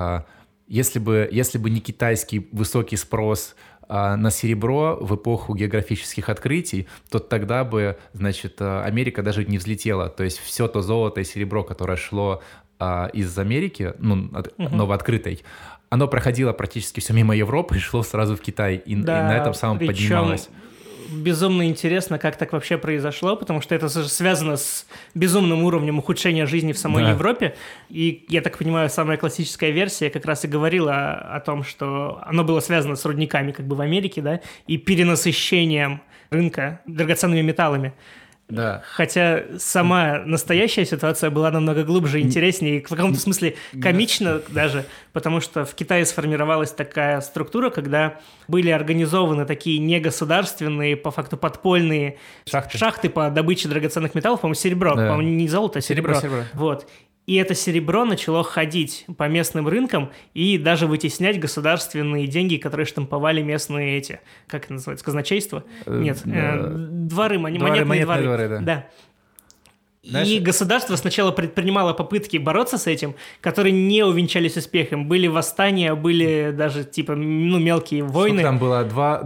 если бы не китайский высокий спрос на серебро в эпоху географических открытий, то тогда бы, значит, Америка даже не взлетела. То есть все то золото и серебро, которое шло из Америки, новооткрытой, оно проходило практически все мимо Европы и шло сразу в Китай, и на этом самом поднималось. Безумно интересно, как так вообще произошло, потому что это связано с безумным уровнем ухудшения жизни в самой Европе. И, я так понимаю, самая классическая версия как раз и говорила о том, что оно было связано с рудниками как бы в Америке, да, и перенасыщением рынка драгоценными металлами. Да. Хотя сама настоящая ситуация была намного глубже и интереснее, и в каком-то смысле комично даже, потому что в Китае сформировалась такая структура, когда были организованы такие негосударственные, по факту подпольные шахты по добыче драгоценных металлов, по-моему, серебро, по-моему, не золото, а серебро. Вот. И это серебро начало ходить по местным рынкам и даже вытеснять государственные деньги, которые штамповали местные эти, как это называется, казначейство? Нет, дворы, монетные дворы. Да. Знаешь, и государство сначала предпринимало попытки бороться с этим, которые не увенчались успехом. Были восстания, были даже типа мелкие войны. Там было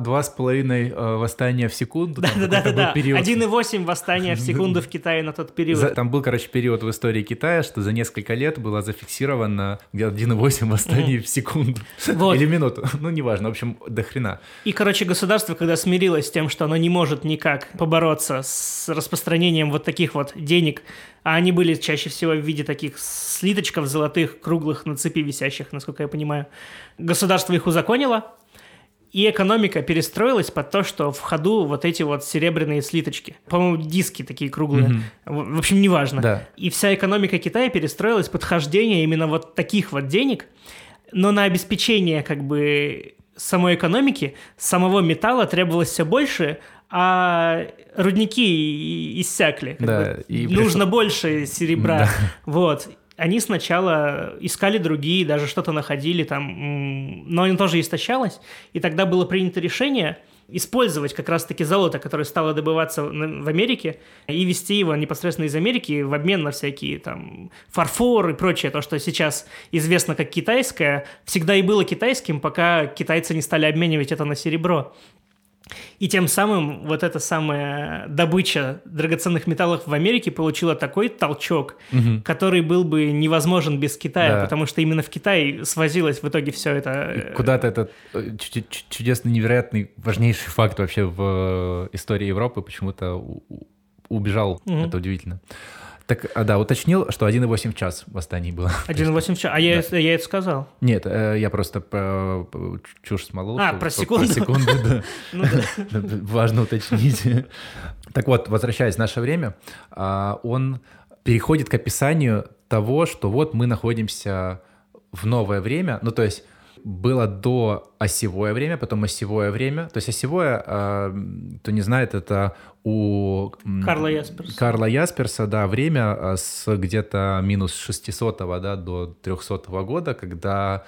2,5 восстания в секунду. Да. 1,8 восстания в секунду в Китае на тот период. Там был, период в истории Китая, что за несколько лет было зафиксировано где-то 1,8 восстаний в секунду. Или минуту. Неважно. В общем, до хрена. И, государство, когда смирилось с тем, что оно не может никак побороться с распространением вот таких вот денег, а они были чаще всего в виде таких слиточков золотых, круглых, на цепи висящих, насколько я понимаю. Государство их узаконило, и экономика перестроилась под то, что в ходу вот эти вот серебряные слиточки. По-моему, диски такие круглые. В общем, неважно. Да. И вся экономика Китая перестроилась под хождение именно вот таких вот денег, но на обеспечение самой экономики самого металла требовалось все больше, а рудники иссякли. Да, и нужно больше серебра. Да. Вот. Они сначала искали другие, даже что-то находили там, но оно тоже истощалось. И тогда было принято решение использовать как раз-таки золото, которое стало добываться в Америке, и везти его непосредственно из Америки в обмен на всякие там фарфор и прочее, то, что сейчас известно как китайское, всегда и было китайским, пока китайцы не стали обменивать это на серебро. И тем самым вот эта самая добыча драгоценных металлов в Америке получила такой толчок, который был бы невозможен без Китая, Да. потому что именно в Китай свозилось в итоге все это. И куда-то этот чудесный, невероятный, важнейший факт вообще в истории Европы почему-то убежал. Это удивительно. Так, да, уточнил, что 1,8 в час восстаний было. 1,8 в час. А я это сказал? Нет, я просто чушь смолол. Про секунду? Про секунду, да. Важно уточнить. Так вот, возвращаясь в наше время, он переходит к описанию того, что вот мы находимся в новое время, ну, то есть было до осевое время, потом осевое время. То есть осевое, кто не знает, это у Карла Ясперса, да, время с где-то минус 600 до 300 года, когда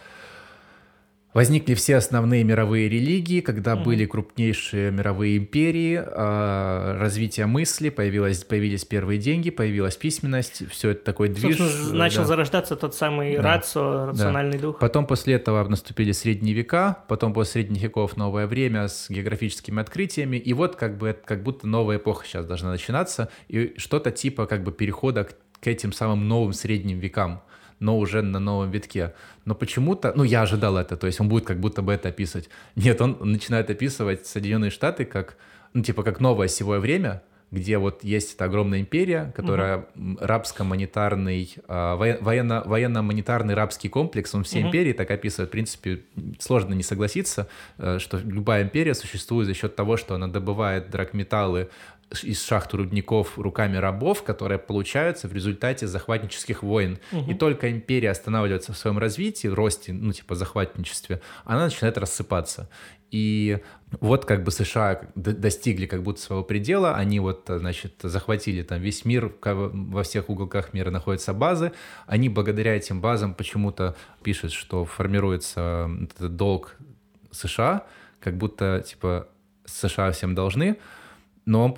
возникли все основные мировые религии, когда были крупнейшие мировые империи, развитие мысли, появились первые деньги, появилась письменность, все это такой движ. Собственно, начал зарождаться тот самый рациональный дух. Потом после этого наступили средние века, потом после средних веков новое время с географическими открытиями, и вот как будто новая эпоха сейчас должна начинаться, и что-то типа как бы перехода к этим самым новым средним векам, но уже на новом витке. Но почему-то, я ожидал это, то есть он будет как будто бы это описывать. Нет, он начинает описывать Соединенные Штаты как новое осевое время, где вот есть эта огромная империя, которая рабско-монетарный, военно-монетарный рабский комплекс, он все империи так описывает. В принципе, сложно не согласиться, что любая империя существует за счет того, что она добывает драгметаллы из шахт рудников руками рабов, которые получаются в результате захватнических войн. И только империя останавливается в своем развитии, росте, захватничестве, она начинает рассыпаться. И вот как бы США достигли как будто своего предела, они захватили там весь мир, во всех уголках мира находятся базы, они благодаря этим базам почему-то пишут, что формируется этот долг США, как будто США всем должны, но он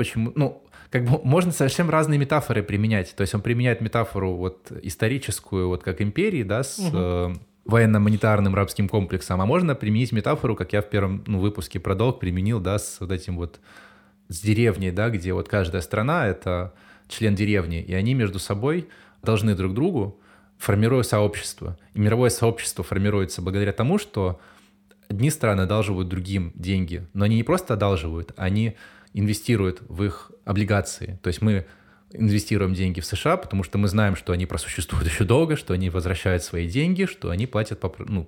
можно совсем разные метафоры применять. То есть он применяет метафору историческую, как империи, да, с военно-монетарным рабским комплексом, а можно применить метафору, как я в первом выпуске про долг применил, да, с с деревней, да, где каждая страна — это член деревни, и они между собой должны друг другу, формируя сообщество. И мировое сообщество формируется благодаря тому, что одни страны одалживают другим деньги, но они не просто одалживают, они инвестируют в их облигации. То есть мы инвестируем деньги в США, потому что мы знаем, что они просуществуют еще долго, что они возвращают свои деньги, что они платят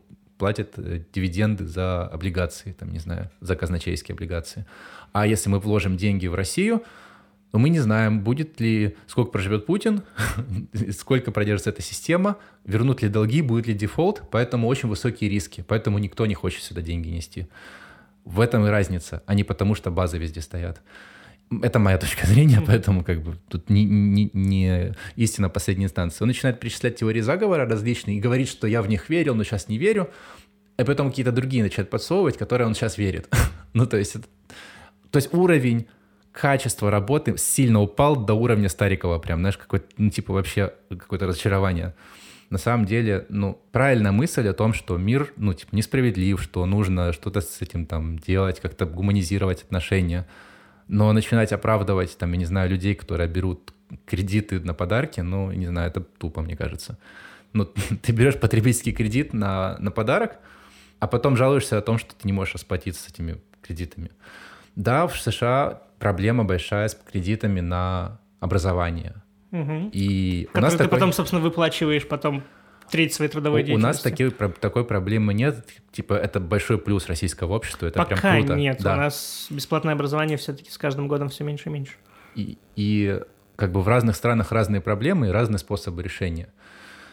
дивиденды за облигации, за казначейские облигации. А если мы вложим деньги в Россию, то мы не знаем, сколько проживет Путин, сколько продержится эта система, вернут ли долги, будет ли дефолт, поэтому очень высокие риски, поэтому никто не хочет сюда деньги нести. В этом и разница, а не потому, что базы везде стоят. Это моя точка зрения, поэтому тут не истина последней инстанции. Он начинает перечислять теории заговора различные и говорит, что я в них верил, но сейчас не верю, и потом какие-то другие начинают подсовывать, которые он сейчас верит. То есть уровень качества работы сильно упал до уровня Старикова, прям, знаешь, вообще какое-то разочарование. На самом деле, правильная мысль о том, что мир, несправедлив, что нужно что-то с этим делать, как-то гуманизировать отношения. Но начинать оправдывать, людей, которые берут кредиты на подарки, это тупо, мне кажется. Ты берешь потребительский кредит на подарок, а потом жалуешься о том, что ты не можешь расплатиться с этими кредитами. Да, в США проблема большая с кредитами на образование. И у нас ты потом, собственно, выплачиваешь треть своей трудовой деятельности. У нас такой проблемы нет. Это большой плюс российского общества. Это пока прям круто. Нет. Да. У нас бесплатное образование все-таки с каждым годом все меньше и меньше. И в разных странах разные проблемы и разные способы решения.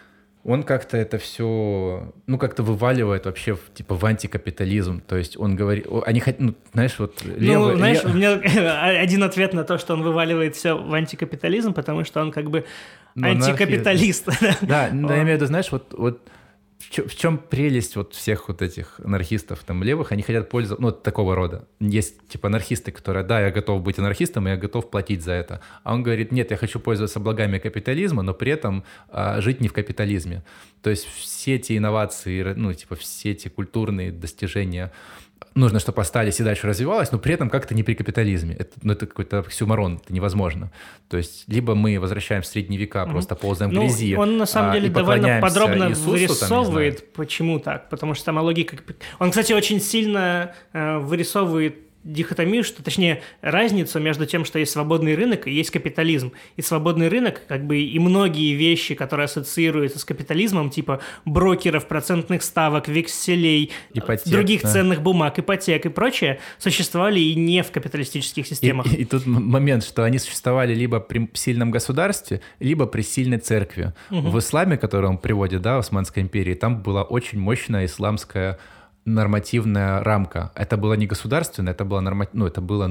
он как-то это все, как-то вываливает вообще в антикапитализм. То есть он говорит, они хотят, знаешь, вот левый... у меня один ответ на то, что он вываливает все в антикапитализм, потому что он как бы антикапиталист. Да, я имею в виду, знаешь, вот в чем прелесть вот всех вот этих анархистов там левых, они хотят пользоваться, такого рода. Есть анархисты, которые, да, я готов быть анархистом, и я готов платить за это. А он говорит, нет, я хочу пользоваться благами капитализма, но при этом жить не в капитализме. То есть все эти инновации, все эти культурные достижения нужно, чтобы остались и дальше развивалось, но при этом как-то не при капитализме. Это какой-то оксюморон, это невозможно. То есть либо мы возвращаемся в средние века, просто ползаем в грязи. Он на самом деле довольно подробно Иисусу, вырисовывает, почему так. Потому что сама логика... Он, кстати, очень сильно вырисовывает дихотомию, точнее, разницу между тем, что есть свободный рынок и есть капитализм. И свободный рынок, и многие вещи, которые ассоциируются с капитализмом, типа брокеров, процентных ставок, векселей, других ценных бумаг, ипотек и прочее, существовали и не в капиталистических системах. И тут момент, что они существовали либо при сильном государстве, либо при сильной церкви. В исламе, который он приводит, да, Османской империи, там была очень мощная исламская нормативная рамка. Это было не государственное, это было это было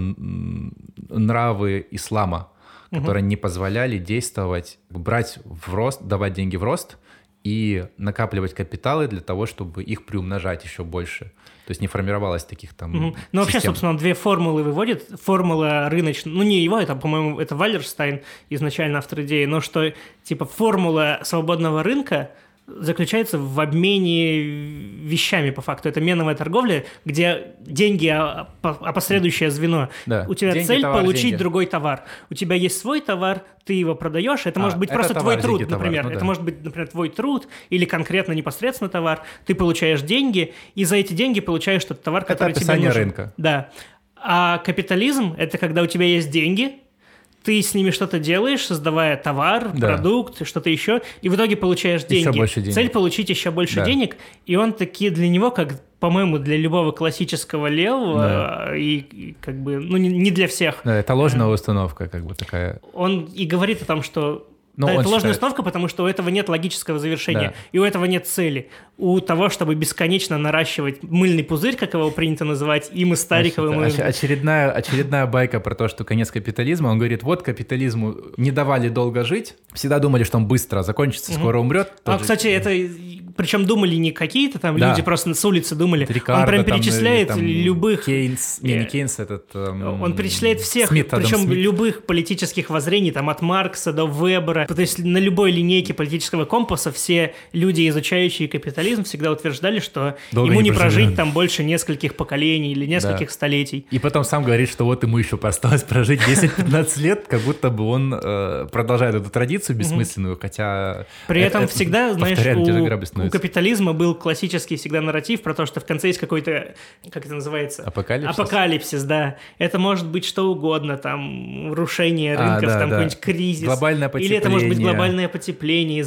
нравы ислама, которые не позволяли действовать, брать в рост, давать деньги в рост и накапливать капиталы для того, чтобы их приумножать еще больше. То есть не формировалось таких там систем. Ну, вообще, собственно, он две формулы выводит. Формула рыночная, не его, это, по-моему, это Валерштайн, изначально автор идеи, но что, формула свободного рынка заключается в обмене вещами, по факту. Это меновая торговля, где деньги, опосредующее звено. Да. У тебя деньги, цель товар, получить деньги. другой товар. У тебя есть свой товар, ты его продаешь. Это может быть просто товар, твой труд, деньги, например. товар. Это может быть, например, твой труд или конкретно непосредственно товар. Ты получаешь деньги, и за эти деньги получаешь тот товар, который тебе нужен. Это описание рынка. Да. А капитализм – это когда у тебя есть деньги, ты с ними что-то делаешь, создавая товар, продукт, что-то еще, и в итоге получаешь деньги. Еще больше денег. Цель получить еще больше денег, и он таки для него, как, по-моему, для любого классического левого, и не для всех. Да, это ложная установка, такая. Он и говорит о том, что Но это ложная считает... установка, потому что у этого нет логического завершения, Да. и у этого нет цели. У того, чтобы бесконечно наращивать мыльный пузырь, как его принято называть, и мы Стариковым... Очередная байка про то, что конец капитализма. Он говорит, вот капитализму не давали долго жить, всегда думали, что он быстро закончится, скоро умрет. Кстати, это... Причем думали не какие-то там люди, просто с улицы думали. Рикардо, он прям перечисляет там, любых... Кейнс, не Кейнс, этот... Он перечисляет всех, Смит, причем любых политических воззрений, там от Маркса до Вебера. То есть на любой линейке политического компаса все люди, изучающие капитализм, всегда утверждали, что ему не прожить там больше нескольких поколений или нескольких столетий. И потом сам говорит, что вот ему еще осталось прожить 10-15 лет, как будто бы он продолжает эту традицию бессмысленную, хотя... При этом всегда, знаешь, у капитализма был классический всегда нарратив про то, что в конце есть какой-то, как это называется? Апокалипсис? Апокалипсис, да. Это может быть что угодно, там, рушение рынков, какой-нибудь кризис. Глобальное потепление. Или это может быть глобальное потепление,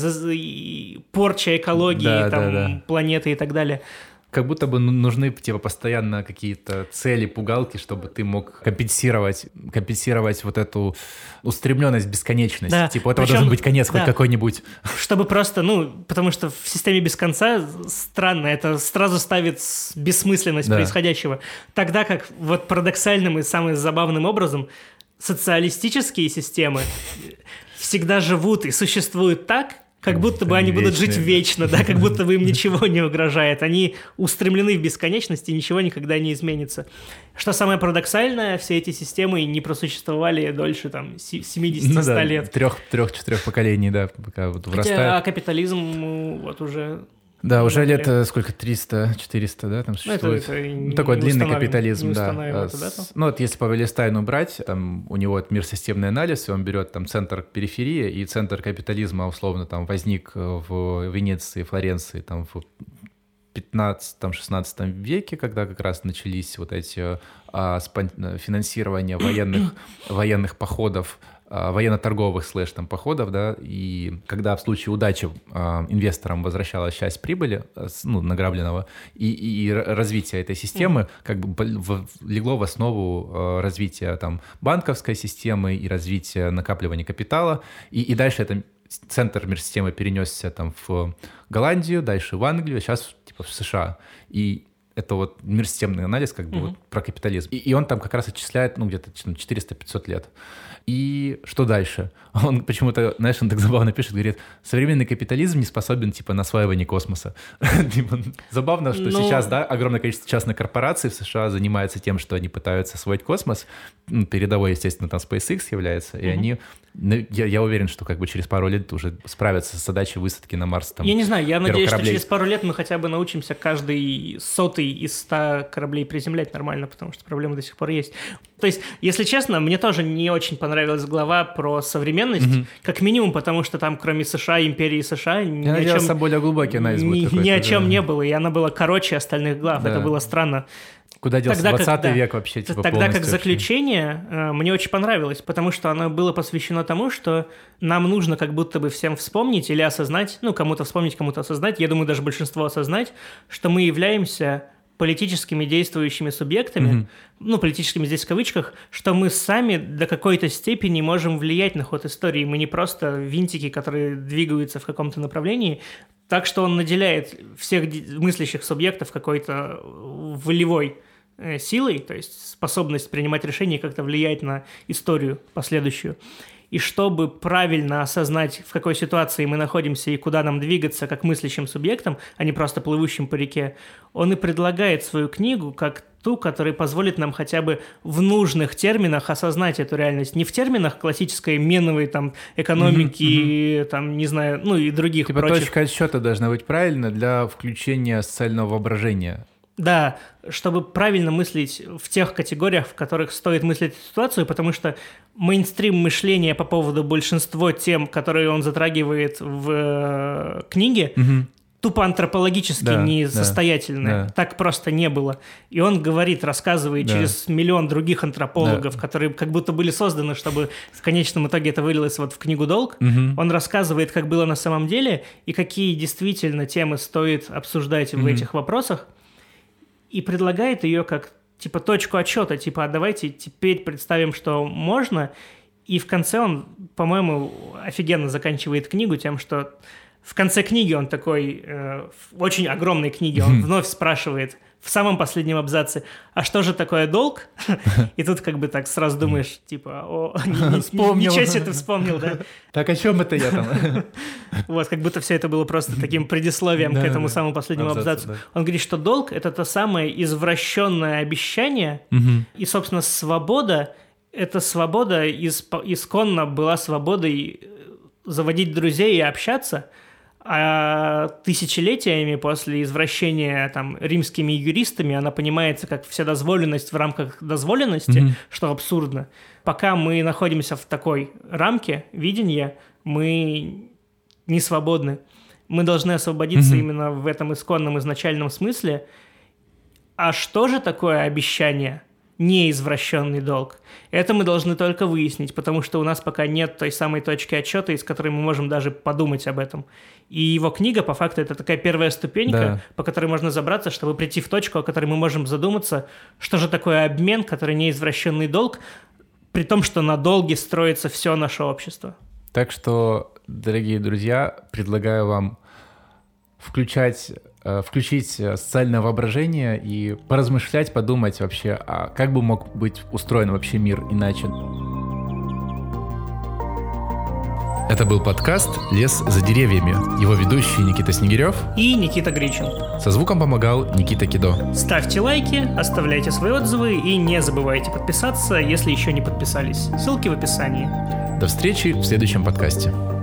порча экологии, планеты и так далее. Как будто бы нужны постоянно какие-то цели, пугалки, чтобы ты мог компенсировать вот эту устремленность, бесконечность. Да. Этого должен быть конец хоть какой-нибудь. Чтобы просто, потому что в системе без конца странно, это сразу ставит бессмысленность происходящего. Тогда как вот парадоксальным и самым забавным образом социалистические системы всегда живут и существуют так, как будто бы они будут жить вечно, да, как будто бы им ничего не угрожает. Они устремлены в бесконечность, и ничего никогда не изменится. Что самое парадоксальное, все эти системы не просуществовали дольше 70-100 лет. 3-4 поколений, да, пока вырастает. А капитализм вот уже... Да, уже лет сколько, 300-400, да, там существует. Такой длинный капитализм, да. Вот если по Валерштайну брать, там у него мир системный анализ, и он берет там центр периферии, и центр капитализма условно там возник в Венеции, Флоренции, там в 15-16 веке, когда как раз начались вот эти финансирования военных походов, военно-торговых походов, да, и когда в случае удачи инвесторам возвращалась часть прибыли, награбленного, и развитие этой системы как бы легло в основу развития там банковской системы и развития накапливания капитала, и дальше эта центр мир-системы перенесся там в Голландию, дальше в Англию, а сейчас типа в США. И это вот мир-системный анализ как бы вот про капитализм. И он там как раз отчисляет, где-то 400-500 лет. И что дальше? Он почему-то, знаешь, он так забавно пишет, говорит, современный капитализм не способен, типа, на осваивание космоса. Забавно, что сейчас, да, огромное количество частных корпораций в США занимается тем, что они пытаются освоить космос. Передовой, естественно, там SpaceX является, и они, я уверен, что как бы через пару лет уже справятся с задачей высадки на Марс. Я не знаю, я надеюсь, что через пару лет мы хотя бы научимся каждый 100-й из 100 кораблей приземлять нормально, потому что проблемы до сих пор есть. То есть, если честно, мне тоже не очень понравилась глава про современность, как минимум, потому что там, кроме США, империи США, надеялся, более глубокий анализ будет ни о чем не было, и она была короче остальных глав. Это было странно. Куда делся 20 век вообще? Типа, тогда как заключение мне очень понравилось, потому что оно было посвящено тому, что нам нужно как будто бы всем вспомнить или осознать, кому-то вспомнить, кому-то осознать, я думаю, даже большинство осознать, что мы являемся политическими действующими субъектами, политическими здесь в кавычках, что мы сами до какой-то степени можем влиять на ход истории. Мы не просто винтики, которые двигаются в каком-то направлении, так что он наделяет всех мыслящих субъектов какой-то волевой силой, то есть способность принимать решения и как-то влиять на историю последующую. И чтобы правильно осознать, в какой ситуации мы находимся и куда нам двигаться как мыслящим субъектам, а не просто плывущим по реке, он и предлагает свою книгу как ту, которая позволит нам хотя бы в нужных терминах осознать эту реальность. Не в терминах классической меновой там, экономики, там, не знаю, и других типа прочих. Точка отсчета должна быть правильно для включения социального воображения. Да, чтобы правильно мыслить в тех категориях, в которых стоит мыслить ситуацию, потому что мейнстрим мышления по поводу большинства тем, которые он затрагивает в книге, тупо антропологически несостоятельное. Да. Так просто не было. И он говорит, рассказывает через миллион других антропологов, которые как будто были созданы, чтобы в конечном итоге это вылилось вот в книгу «Долг». Он рассказывает, как было на самом деле, и какие действительно темы стоит обсуждать в этих вопросах. И предлагает ее как, типа, точку отсчета, типа, а давайте теперь представим, что можно. И в конце он, по-моему, офигенно заканчивает книгу тем, что в конце книги он такой, в очень огромной книге, он вновь спрашивает в самом последнем абзаце, а что же такое долг? И тут как бы так сразу думаешь, типа, ничего себе ты вспомнил, да? Так о чем это я там? Вот, как будто все это было просто таким предисловием к этому самому последнему абзацу. Он говорит, что долг — это то самое извращенное обещание, и, собственно, свобода — это свобода исконно была свободой заводить друзей и общаться, а тысячелетиями после извращения там, римскими юристами она понимается как вседозволенность в рамках дозволенности, что абсурдно. Пока мы находимся в такой рамке видения, мы не свободны. Мы должны освободиться именно в этом исконном изначальном смысле. А что же такое обещание? Неизвращенный долг. Это мы должны только выяснить, потому что у нас пока нет той самой точки отсчета, из которой мы можем даже подумать об этом. И его книга, по факту, это такая первая ступенька, по которой можно забраться, чтобы прийти в точку, о которой мы можем задуматься, что же такое обмен, который неизвращенный долг, при том, что на долге строится все наше общество. Так что, дорогие друзья, предлагаю вам включить социальное воображение и поразмышлять, подумать вообще, а как бы мог быть устроен вообще мир иначе. Это был подкаст «Лес за деревьями». Его ведущие Никита Снегирев и Никита Гричин. Со звуком помогал Никита Кидо. Ставьте лайки, оставляйте свои отзывы и не забывайте подписаться, если еще не подписались. Ссылки в описании. До встречи в следующем подкасте.